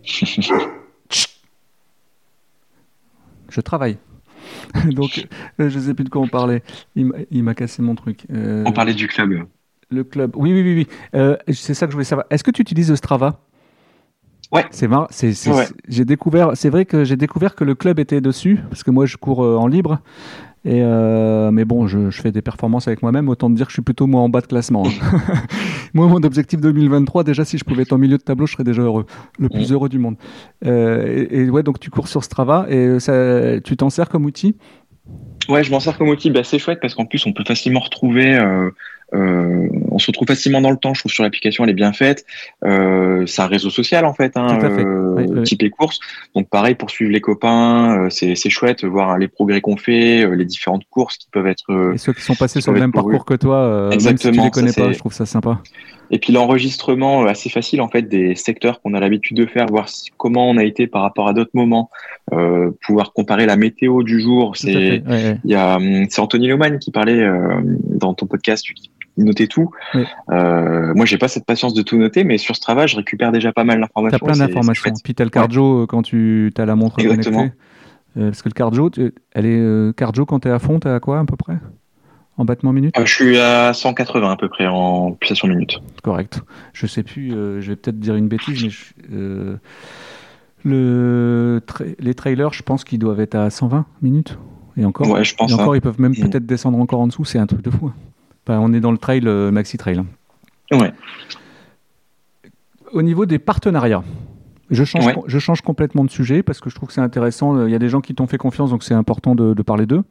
Je travaille. Donc, je ne sais plus de quoi on parlait. Il m'a cassé mon truc. On parlait du club. Le club. Oui. C'est ça que je voulais savoir. Est-ce que tu utilises Strava ? Ouais. C'est marrant. J'ai découvert. C'est vrai que j'ai découvert que le club était dessus parce que moi je cours en libre. Mais bon, je fais des performances avec moi-même. Autant te dire que je suis plutôt moi en bas de classement. Moi, mon objectif 2023, déjà, si je pouvais être en milieu de tableau, je serais déjà heureux, le plus heureux du monde. Et ouais, donc tu cours sur Strava et tu t'en sers comme outil ? Ouais, je m'en sers comme outil. C'est chouette parce qu'en plus, on peut facilement retrouver. On se retrouve facilement dans le temps. Je trouve sur l'application, elle est bien faite. C'est un réseau social en fait, Tout à fait. type les courses. Donc pareil pour suivre les copains, c'est chouette, voir les progrès qu'on fait, les différentes courses qui peuvent être. Et ceux qui sont passés sur le même parcours que toi, même si tu les connais pas, je trouve ça sympa. Et puis l'enregistrement assez facile en fait des secteurs qu'on a l'habitude de faire, voir comment on a été par rapport à d'autres moments, pouvoir comparer la météo du jour. C'est Anthony Loman qui parlait dans ton podcast. Il notait tout. Oui. Moi, j'ai pas cette patience de tout noter, mais sur Strava, je récupère déjà pas mal d'informations. T'as plein d'informations. Puis t'as le cardio quand tu as la montre connectée. Parce que le cardio, elle est cardio quand t'es à fond, t'es à quoi à peu près en battements minutes? Je suis à 180 à peu près en pulsation minutes. Correct. Je sais plus. Je vais peut-être dire une bêtise, mais les trailers, je pense qu'ils doivent être à 120 minutes. Et encore. Ouais, je pense. Et encore, ils peuvent même peut-être descendre encore en dessous. C'est un truc de fou. On est dans le trail, maxi trail. Ouais. Au niveau des partenariats, je change complètement de sujet parce que je trouve que c'est intéressant. Il y a des gens qui t'ont fait confiance, donc c'est important de parler d'eux.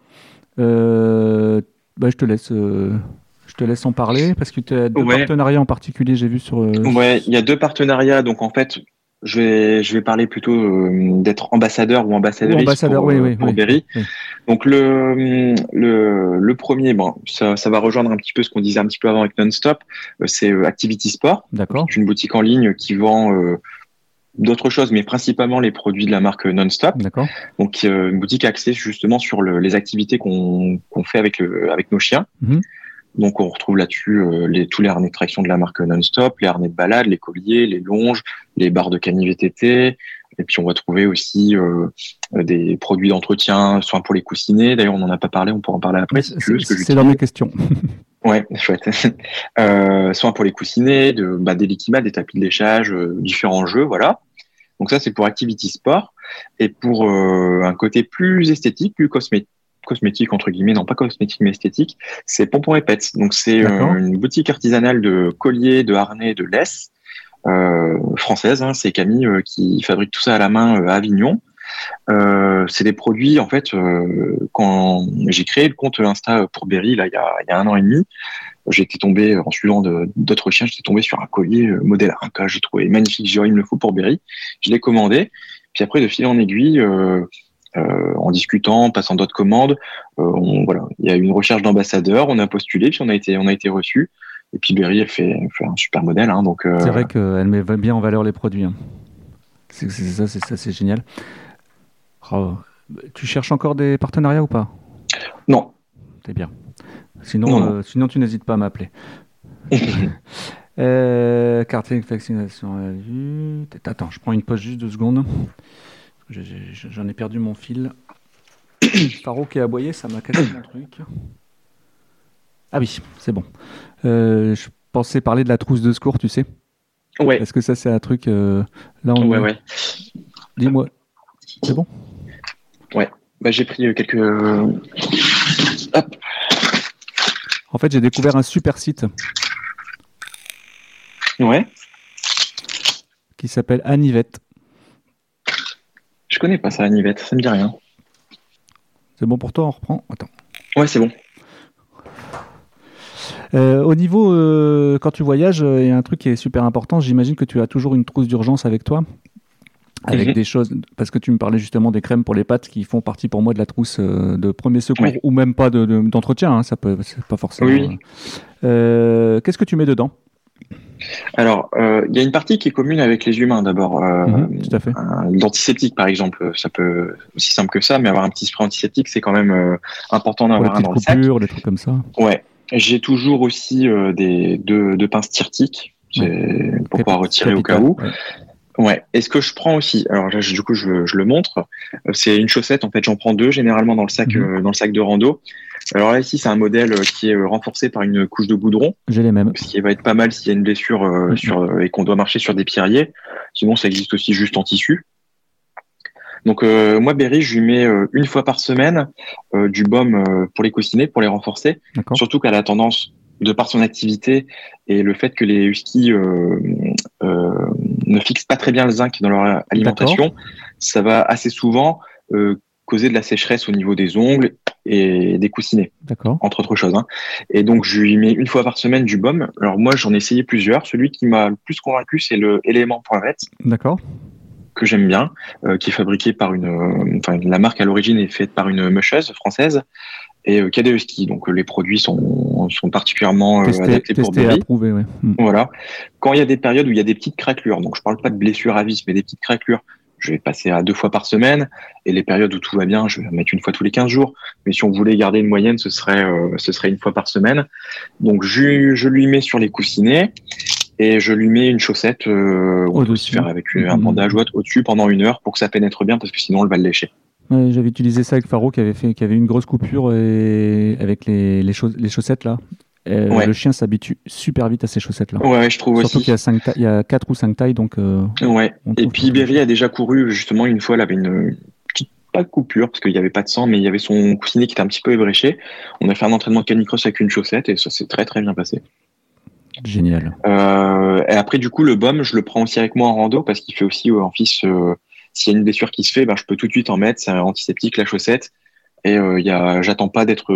Je te laisse en parler parce que tu as 2 partenariats en particulier, j'ai vu sur. Ouais, il y a 2 partenariats. Donc en fait, je vais parler plutôt d'être ambassadeur ou ambassadrice pour Berry. Oui. Donc le premier, ça va rejoindre un petit peu ce qu'on disait un petit peu avant avec Non-Stop, c'est Activity Sport. D'accord. C'est une boutique en ligne qui vend d'autres choses, mais principalement les produits de la marque Non-Stop. D'accord. Donc une boutique axée justement sur les activités qu'on fait avec nos chiens. Mm-hmm. Donc on retrouve là-dessus tous les harnais de traction de la marque Non-Stop, les harnais de balade, les colliers, les longes, les barres de cani-VTT. Et puis on va trouver aussi des produits d'entretien, soins pour les coussinets. D'ailleurs on n'en a pas parlé, on pourra en parler après si tu veux. C'est dans mes questions. Ouais, chouette. Soins pour les coussinets, des Liquimat, des tapis de léchage, différents jeux, voilà. Donc ça c'est pour Activity Sport. Et pour un côté plus esthétique, plus cosmétique entre guillemets, non pas cosmétique mais esthétique, c'est Pompon et Pets. Donc c'est une boutique artisanale de colliers, de harnais, de laisse française. C'est Camille qui fabrique tout ça à la main à Avignon. C'est des produits en fait. Quand j'ai créé le compte Insta pour Berry là il y a 1 an et demi, j'étais tombé en suivant d'autres chiens, j'étais tombé sur un collier modèle Arca, j'ai trouvé magnifique, j'ai dit il me le faut pour Berry. Je l'ai commandé. Puis après de fil en aiguille. En discutant, en passant d'autres commandes, il y a eu une recherche d'ambassadeurs, on a postulé, puis on a été reçu. Et puis Berry, elle fait un super modèle. C'est vrai qu'elle met bien en valeur les produits. C'est génial. Oh. Tu cherches encore des partenariats ou pas? Non. C'est bien. Sinon, sinon tu n'hésites pas à m'appeler. Carte de vaccination à vue. Attends, je prends une pause juste 2 secondes. J'en ai perdu mon fil. Faro qui a aboyé, ça m'a cassé mon truc. Ah oui, c'est bon. Je pensais parler de la trousse de secours, tu sais. Ouais. Est-ce que ça, c'est un truc... là, Ouais. Dis-moi. C'est bon? Ouais. Bah, j'ai pris quelques... Hop. En fait, j'ai découvert un super site. Ouais. Qui s'appelle Anivette. Je connais pas ça, Anivette. Ça me dit rien. C'est bon pour toi, on reprend? Attends. Ouais, c'est bon. Au niveau, quand tu voyages, il y a un truc qui est super important. J'imagine que tu as toujours une trousse d'urgence avec toi, avec des choses, parce que tu me parlais justement des crèmes pour les pattes qui font partie pour moi de la trousse de premier secours, ou même pas d'entretien. Hein, ça peut, c'est pas forcément. Oui. Qu'est-ce que tu mets dedans? Alors, il y a une partie qui est commune avec les humains d'abord. Tout à fait. D'antiseptique, par exemple, ça peut aussi simple que ça, mais avoir un petit spray antiseptique, c'est quand même important d'avoir un dans le sac. Des trucs comme ça. Ouais. J'ai toujours aussi deux pinces tire-tic pour pouvoir retirer au cas où. Ouais. Et ce que je prends aussi, alors là, du coup, je le montre. C'est une chaussette. En fait, j'en prends 2 généralement dans le sac de rando. Alors là, ici, c'est un modèle qui est renforcé par une couche de goudron. J'ai les mêmes. Ce qui va être pas mal s'il y a une blessure et qu'on doit marcher sur des pierriers. Sinon, ça existe aussi juste en tissu. Donc moi, Berry, je lui mets une fois par semaine du baume pour les coussiner, pour les renforcer. D'accord. Surtout qu'elle a tendance, de par son activité et le fait que les huskies ne fixent pas très bien le zinc dans leur alimentation, d'accord, ça va assez souvent causer de la sécheresse au niveau des ongles et des coussinets, d'accord, entre autres choses. Hein. Et donc, je lui mets une fois par semaine du baume. Alors moi, j'en ai essayé plusieurs. Celui qui m'a le plus convaincu, c'est le Element.vet. D'accord. Que j'aime bien, qui est fabriqué par la marque à l'origine est faite par une musheuse française et qui a des huskies. Donc les produits sont particulièrement adaptés pour Berry. Approuvé, ouais. Voilà. Quand il y a des périodes où il y a des petites craquelures, donc je parle pas de blessures à vis, mais des petites craquelures, je vais passer à 2 fois par semaine. Et les périodes où tout va bien, je vais mettre une fois tous les 15 jours. Mais si on voulait garder une moyenne, ce serait une fois par semaine. Donc je lui mets sur les coussinets. Et je lui mets une chaussette, on peut aussi faire avec un bandage au-dessus pendant 1 heure pour que ça pénètre bien, parce que sinon, elle va le lécher. Ouais, j'avais utilisé ça avec Faro qui avait une grosse coupure et avec les chaussettes là. Le chien s'habitue super vite à ces chaussettes là. Ouais, je trouve surtout aussi. Surtout qu'il y a 4 ou 5 tailles, donc. Ouais. Et puis Berry a déjà couru justement une fois, elle avait une petite, pas de coupure parce qu'il n'y avait pas de sang, mais il y avait son coussinet qui était un petit peu ébréché. On a fait un entraînement de canicross avec une chaussette et ça s'est très très bien passé. Génial. Et après, du coup, le baume, je le prends aussi avec moi en rando parce qu'il fait aussi office. S'il y a une blessure qui se fait, je peux tout de suite en mettre. C'est un antiseptique, la chaussette. Et j'attends pas d'être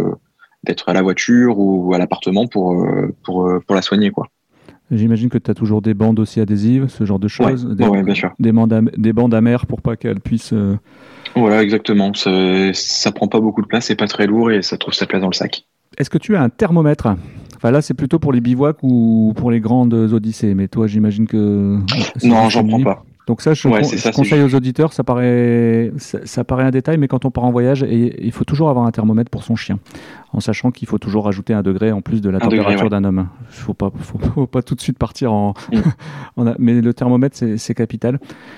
à la voiture ou à l'appartement pour la soigner, quoi. J'imagine que tu as toujours des bandes aussi adhésives, ce genre de choses. Ouais, bien sûr. Des bandes amères pour pas qu'elles puissent. Voilà, exactement. Ça prend pas beaucoup de place, c'est pas très lourd et ça trouve sa place dans le sac. Est-ce que tu as un thermomètre ? Enfin là, c'est plutôt pour les bivouacs ou pour les grandes odyssées. Mais toi, j'imagine que... Non, j'en prends pas. Donc ça, je conseille aux auditeurs, ça paraît un détail, mais quand on part en voyage, il faut toujours avoir un thermomètre pour son chien, en sachant qu'il faut toujours rajouter 1 degré en plus de la température d'un homme. Il faut pas tout de suite partir en... mais le thermomètre, c'est capital.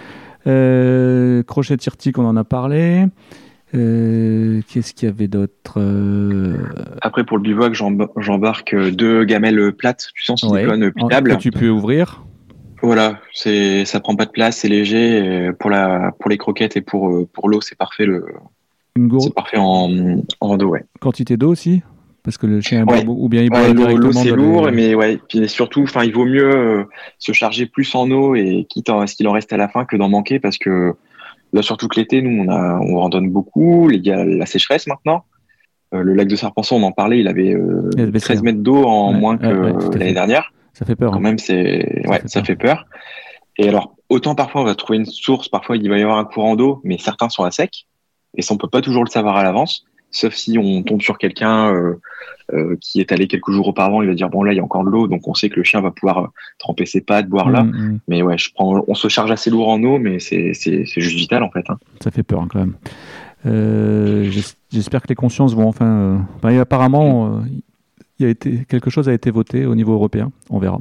Crochet tire-tic, on en a parlé. Qu'est-ce qu'il y avait d'autre Après, pour le bivouac, j'embarque 2 gamelles plates, tu sais, en silicone pliable. Que tu peux ouvrir. Voilà, ça prend pas de place, c'est léger. Pour les croquettes et pour l'eau, c'est parfait. C'est parfait en rando, ouais. Quantité d'eau aussi, parce que le chien boit ou bien il boit directement. L'eau, c'est lourd, mais ouais. Puis surtout, il vaut mieux se charger plus en eau et quitte à ce qu'il en reste à la fin que d'en manquer, parce que là, surtout que l'été, nous, on randonne beaucoup. Il y a la sécheresse maintenant. Le lac de Sarpenson, on en parlait, il avait 13 mètres d'eau en moins que l'année dernière. Ça fait peur. Quand même, ça fait peur. Et alors, autant parfois, on va trouver une source, parfois, il va y avoir un courant d'eau, mais certains sont à sec. Et ça, on peut pas toujours le savoir à l'avance. sauf si on tombe sur quelqu'un qui est allé quelques jours auparavant, il va dire bon là il y a encore de l'eau, donc on sait que le chien va pouvoir tremper ses pattes, boire là. Mais ouais, on se charge assez lourd en eau, mais c'est juste vital en fait. Hein. Ça fait peur quand même. J'espère que les consciences vont enfin. Apparemment, quelque chose a été voté au niveau européen. On verra.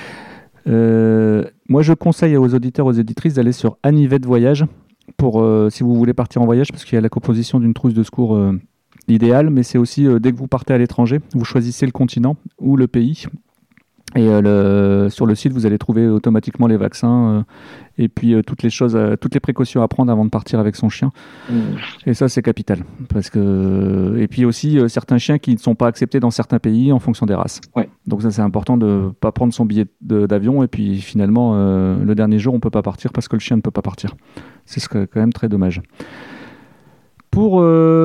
Moi, je conseille aux auditeurs, aux éditrices d'aller sur Anivette Voyage pour si vous voulez partir en voyage, parce qu'il y a la composition d'une trousse de secours idéale, mais c'est aussi dès que vous partez à l'étranger, vous choisissez le continent ou le pays. Et sur le site, vous allez trouver automatiquement les vaccins et puis toutes les précautions à prendre avant de partir avec son chien. Et ça, c'est capital. Et puis aussi, certains chiens qui ne sont pas acceptés dans certains pays en fonction des races. Ouais. Donc ça, c'est important de ne pas prendre son billet d'avion et puis finalement, le dernier jour, on ne peut pas partir parce que le chien ne peut pas partir. C'est quand même très dommage. Pour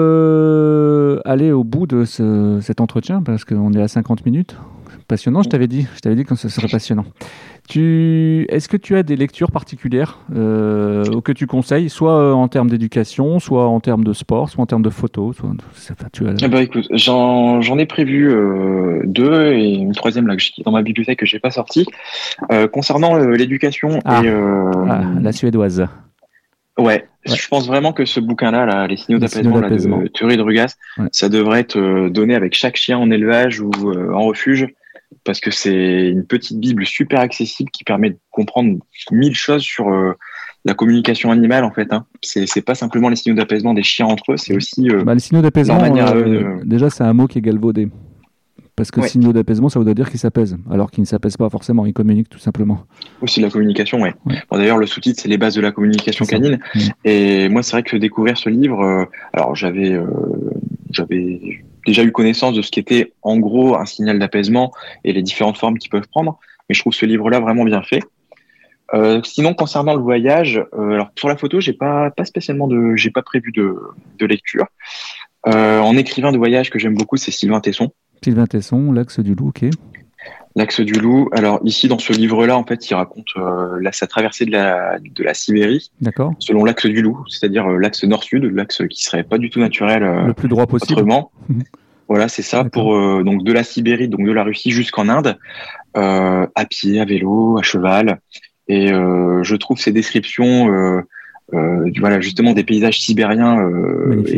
aller au bout de cet entretien, parce qu'on est à 50 minutes, passionnant, je t'avais dit que ce serait passionnant. Est-ce que tu as des lectures particulières que tu conseilles, soit en termes d'éducation, soit en termes de sport, soit en termes de photos Écoute, j'en ai prévu 2 et une troisième là, dans ma bibliothèque que je n'ai pas sortie. Concernant l'éducation la suédoise. Ouais, je pense vraiment que ce bouquin-là, Les signaux d'apaisement de Turi Drugas, ça devrait être donné avec chaque chien en élevage ou en refuge, parce que c'est une petite bible super accessible qui permet de comprendre 1000 choses sur la communication animale en fait. Hein. C'est pas simplement les signaux d'apaisement des chiens entre eux, c'est aussi les signaux d'apaisement. Manière déjà, c'est un mot qui est galvaudé. Parce que signaux d'apaisement, ça voudrait dire qu'ils s'apaisent, alors qu'ils ne s'appellent pas forcément, ils communiquent tout simplement. Aussi la communication, ouais. Bon, d'ailleurs, le sous-titre, c'est les bases de la communication canine. Et moi, c'est vrai que découvrir ce livre, alors j'avais déjà eu connaissance de ce qu'était en gros un signal d'apaisement et les différentes formes qu'ils peuvent prendre, mais je trouve ce livre-là vraiment bien fait. Sinon, concernant le voyage, alors sur la photo, j'ai pas prévu de lecture. En écrivain de voyage que j'aime beaucoup, c'est Sylvain Tesson. Sylvain Tesson, l'Axe du Loup, ok. L'Axe du Loup. Alors ici, dans ce livre-là, en fait, il raconte sa traversée de la Sibérie. D'accord. Selon l'Axe du Loup, c'est-à-dire l'axe nord-sud, l'axe qui serait pas du tout naturel. Le plus droit possible. Autrement. Voilà, c'est ça. D'accord. Pour donc de la Sibérie, donc de la Russie jusqu'en Inde, à pied, à vélo, à cheval. Et je trouve ces descriptions, justement des paysages sibériens et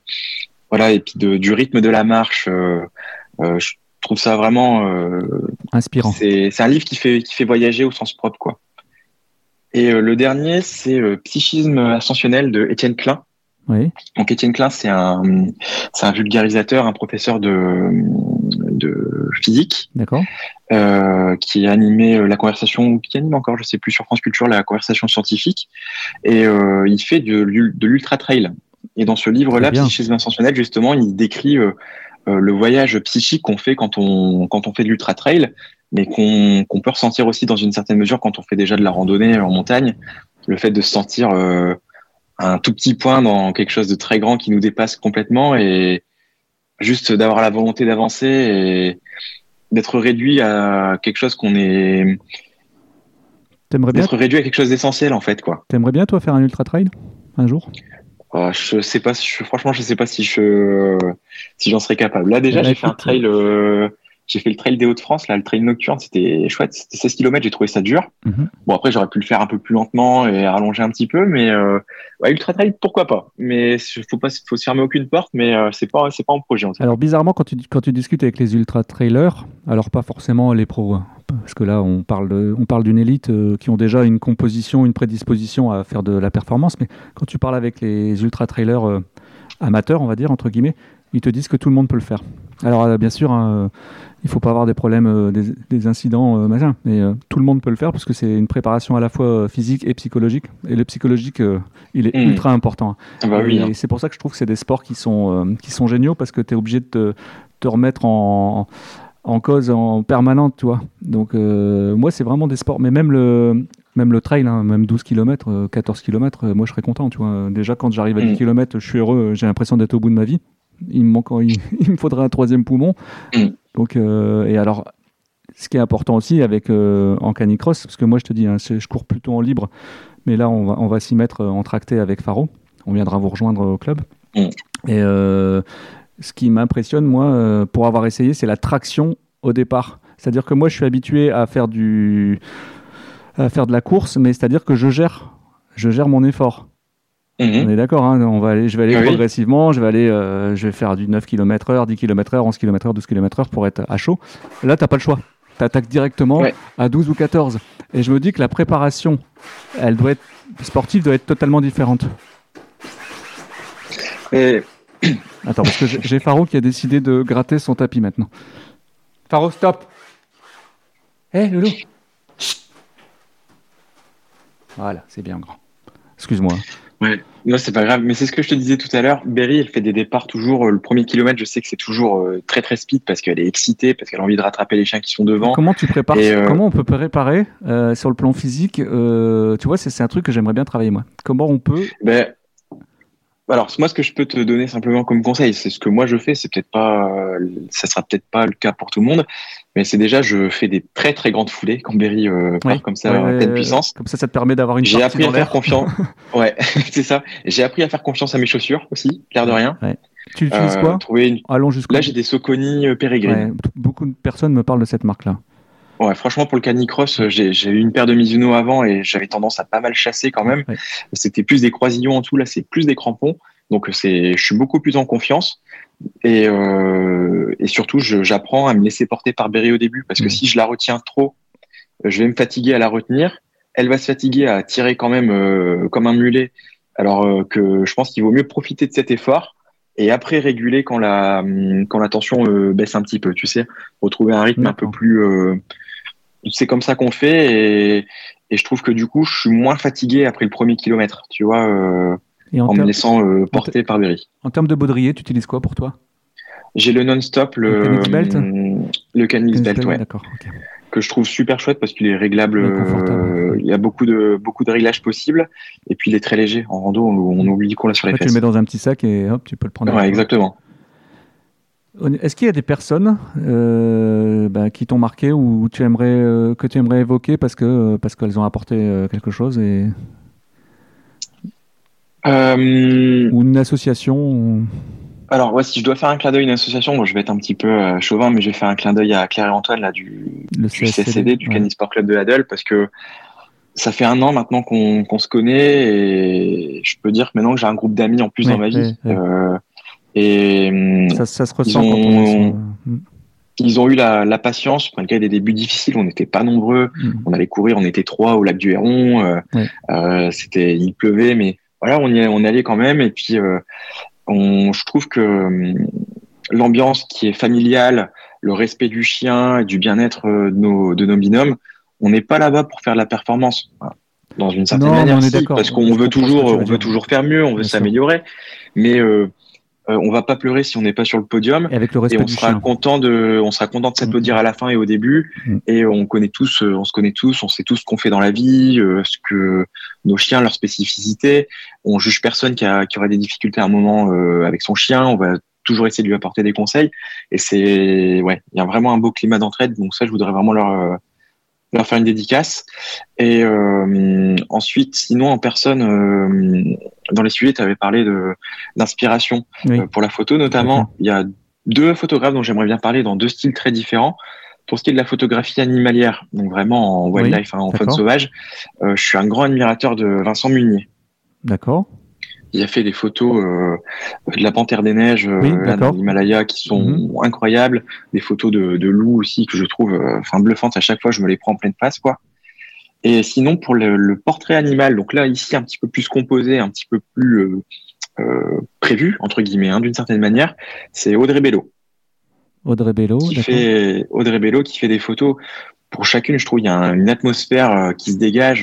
et puis du rythme de la marche. Je trouve ça vraiment inspirant. C'est un livre qui fait voyager au sens propre, quoi. Et le dernier, c'est Psychisme ascensionnel de Étienne Klein. Oui. Donc Étienne Klein, c'est un vulgarisateur, un professeur de physique. D'accord. Qui a animé la conversation, qui anime encore, je sais plus, sur France Culture, la conversation scientifique. Et il fait de l'ultra trail. Et dans ce livre-là, Psychisme ascensionnel, justement, il décrit le voyage psychique qu'on fait quand on fait de l'ultra trail, mais qu'on peut ressentir aussi dans une certaine mesure quand on fait déjà de la randonnée en montagne. Le fait de se sentir un tout petit point dans quelque chose de très grand qui nous dépasse complètement, et juste d'avoir la volonté d'avancer et d'être réduit à quelque chose d'être réduit à quelque chose d'essentiel, en fait, quoi. T'aimerais bien, toi, faire un ultra trail un jour? Je sais pas, franchement, je sais pas si j'en serais capable. Là, déjà, j'ai fait un trail, j'ai fait le trail des Hauts-de-France, là, le trail nocturne, c'était chouette, c'était 16 km, j'ai trouvé ça dur. Bon, après, j'aurais pu le faire un peu plus lentement et rallonger un petit peu, mais ultra trail, pourquoi pas? Mais faut se fermer aucune porte, mais c'est pas en projet, en tout cas. Alors, bizarrement, quand tu discutes avec les ultra trailers, alors pas forcément les pros, hein, parce que là, on parle d'une élite qui ont déjà une composition, une prédisposition à faire de la performance, mais quand tu parles avec les ultra trailers amateurs, on va dire, entre guillemets, ils te disent que tout le monde peut le faire. Alors, bien sûr, hein, il ne faut pas avoir des problèmes, des incidents, mais tout le monde peut le faire parce que c'est une préparation à la fois physique et psychologique. Et le psychologique, il est ultra important. Et c'est pour ça que je trouve que c'est des sports qui sont géniaux, parce que tu es obligé de te remettre en cause en permanente, tu vois. Donc, moi, c'est vraiment des sports. Mais même le trail, hein, même 12 km, 14 km, moi, je serais content, tu vois. Déjà, quand j'arrive à 10 km, je suis heureux. J'ai l'impression d'être au bout de ma vie. Il me faudrait un troisième poumon. Donc, et alors, ce qui est important aussi en canicross, parce que moi, je te dis, hein, je cours plutôt en libre, mais là, on va s'y mettre en tracté avec Faro. On viendra vous rejoindre au club. Et ce qui m'impressionne, moi, pour avoir essayé, c'est la traction au départ. C'est-à-dire que moi, je suis habitué à faire de la course, mais c'est-à-dire que je gère mon effort. On est d'accord, hein, je vais aller progressivement, je vais faire du 9 km/h, 10 km/h, 11 km/h, 12 km/h pour être à chaud. Là, tu n'as pas le choix. Tu attaques directement à 12 ou 14. Et je me dis que la préparation, sportive doit être totalement différente. Attends, parce que j'ai Faro qui a décidé de gratter son tapis maintenant. Faro, stop! Loulou! Voilà, c'est bien grand. Excuse-moi. Ouais, non, c'est pas grave, mais c'est ce que je te disais tout à l'heure. Berry, elle fait des départs toujours. Le premier kilomètre, je sais que c'est toujours très très speed parce qu'elle est excitée, parce qu'elle a envie de rattraper les chiens qui sont devant. Comment tu prépares Comment on peut préparer sur le plan physique tu vois, c'est un truc que j'aimerais bien travailler moi. Comment on peut Alors, moi, ce que je peux te donner simplement comme conseil, c'est ce que moi je fais. C'est peut-être pas, ça sera peut-être pas le cas pour tout le monde, mais c'est déjà, je fais des très très grandes foulées quand Berry part comme ça à pleine puissance. Comme ça te permet d'avoir une. J'ai appris à faire confiance. Ouais, c'est ça. J'ai appris à faire confiance à mes chaussures aussi, clair de rien. Ouais. Tu utilises quoi? Allons jusqu'au. Là, j'ai des Saucony Peregrine. Ouais, beaucoup de personnes me parlent de cette marque-là. Ouais, franchement, pour le canicross, j'ai eu une paire de Mizuno avant et j'avais tendance à pas mal chasser quand même. Ouais. C'était plus des croisillons en tout, là, c'est plus des crampons. Donc, je suis beaucoup plus en confiance. Et surtout, j'apprends à me laisser porter par Berry au début parce que si je la retiens trop, je vais me fatiguer à la retenir. Elle va se fatiguer à tirer quand même comme un mulet. Alors que je pense qu'il vaut mieux profiter de cet effort et après réguler quand la tension baisse un petit peu, tu sais, retrouver un rythme un peu plus... c'est comme ça qu'on fait et je trouve que du coup, je suis moins fatigué après le premier kilomètre, tu vois, en me laissant porter par Berry. En termes de baudrier, tu utilises quoi pour toi? J'ai le non-stop, le Canix Belt, ouais. D'accord, okay. Que je trouve super chouette parce qu'il est réglable. Il y a beaucoup de réglages possibles et puis il est très léger. En rando, on oublie qu'on l'a sur les fesses. Tu le mets dans un petit sac et hop, tu peux le prendre. Ouais, exactement. Est-ce qu'il y a des personnes qui t'ont marqué ou que tu aimerais évoquer parce qu'elles ont apporté quelque chose ou une association Alors, ouais, si je dois faire un clin d'œil à une association, bon, je vais être un petit peu chauvin, mais je vais faire un clin d'œil à Claire et Antoine là, du CSCD, du Canis Sport Club de Hadel, parce que ça fait 1 an maintenant qu'on se connaît et je peux dire que maintenant que j'ai un groupe d'amis en plus dans ma vie. Et ça se ressent ils ont eu la patience, malgré des débuts difficiles, on n'était pas nombreux, on allait courir, on était 3 au lac du Héron, il pleuvait, mais voilà, on y allait quand même, et puis je trouve que l'ambiance qui est familiale, le respect du chien et du bien-être de nos binômes, on n'est pas là-bas pour faire de la performance. Voilà. Dans une certaine manière, parce qu'on veut toujours faire mieux, on veut s'améliorer, mais on va pas pleurer si on n'est pas sur le podium. Et avec le respect on sera content de s'applaudir à la fin et au début. Et on se connaît tous, on sait tous ce qu'on fait dans la vie, ce que nos chiens, leurs spécificités. On juge personne qui aurait des difficultés à un moment avec son chien. On va toujours essayer de lui apporter des conseils. Et il y a vraiment un beau climat d'entraide. Donc ça, je voudrais vraiment leur faire une dédicace. Et ensuite, sinon, en personne, dans les sujets, tu avais parlé d'inspiration pour la photo, notamment. Il y a 2 photographes dont j'aimerais bien parler dans 2 styles très différents. Pour ce qui est de la photographie animalière, donc vraiment en wildlife, en faune sauvage, je suis un grand admirateur de Vincent Munier. D'accord. Il a fait des photos de la panthère des neiges dans l'Himalaya qui sont incroyables, des photos de loups aussi que je trouve bluffantes à chaque fois, je me les prends en pleine face, quoi. Et sinon, pour le portrait animal, donc là, ici, un petit peu plus composé, un petit peu plus prévu, entre guillemets, d'une certaine manière, c'est Audrey Bello. Audrey Bello qui fait des photos. Pour chacune, je trouve, il y a une atmosphère qui se dégage,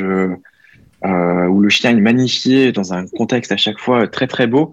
où le chien est magnifié dans un contexte à chaque fois très très beau.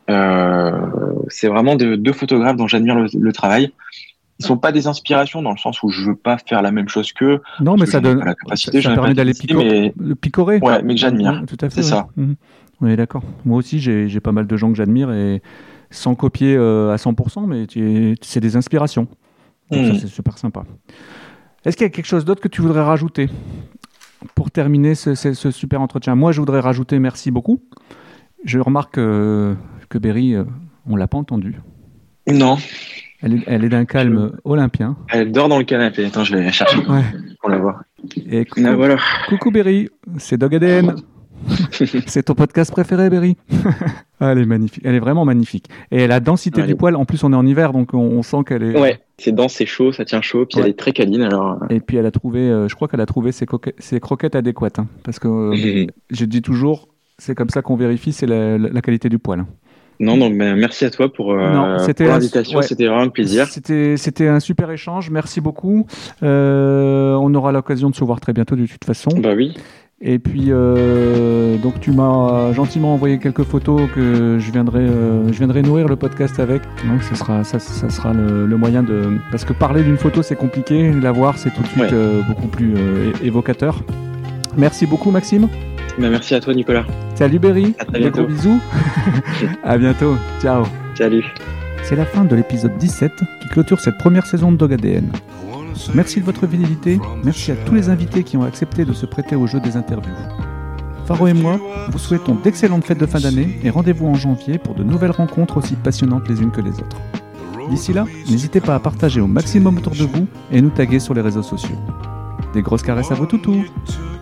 C'est vraiment 2 photographes dont j'admire le travail. Ils sont pas des inspirations dans le sens où je veux pas faire la même chose qu'eux. Non, mais ça donne la capacité, ça permet d'aller picorer. Ouais, mais que j'admire. Tout à fait. C'est ça. Oui, d'accord. Moi aussi, j'ai pas mal de gens que j'admire et sans copier à 100%, mais c'est des inspirations. Donc ça, c'est super sympa. Est-ce qu'il y a quelque chose d'autre que tu voudrais rajouter pour terminer ce super entretien? Moi, je voudrais rajouter merci beaucoup. Je remarque que Berry On l'a pas entendue. Non. Elle est d'un calme olympien. Elle dort dans le canapé. Attends, je vais la chercher pour la voir. Et coucou, voilà. Coucou Berry, c'est Dog ADN. C'est ton podcast préféré, Berry. Elle est magnifique. Elle est vraiment magnifique. Et la densité du poil, en plus on est en hiver, donc on sent qu'elle est... Ouais, c'est dense, c'est chaud, ça tient chaud, puis elle est très câline. Alors... Et puis elle a trouvé, je crois qu'elle a trouvé ses croquettes adéquates. Hein, parce que je dis toujours, c'est comme ça qu'on vérifie, c'est la qualité du poil. Non, donc merci à toi pour l'invitation, c'était vraiment un plaisir. C'était un super échange, merci beaucoup. On aura l'occasion de se voir très bientôt de toute façon. Bah oui. Et puis, donc tu m'as gentiment envoyé quelques photos que je viendrai nourrir le podcast avec. Donc ça sera le moyen de... Parce que parler d'une photo, c'est compliqué. La voir, c'est tout de suite beaucoup plus évocateur. Merci beaucoup, Maxime. Merci à toi, Nicolas. Salut, Berry. À très bientôt. Gros bisous. À bientôt. Ciao. Salut. C'est la fin de l'épisode 17 qui clôture cette première saison de Dog ADN. Merci de votre fidélité, merci à tous les invités qui ont accepté de se prêter au jeu des interviews. Faro et moi vous souhaitons d'excellentes fêtes de fin d'année et rendez-vous en janvier pour de nouvelles rencontres aussi passionnantes les unes que les autres. D'ici là, n'hésitez pas à partager au maximum autour de vous et nous taguer sur les réseaux sociaux. Des grosses caresses à vos toutous.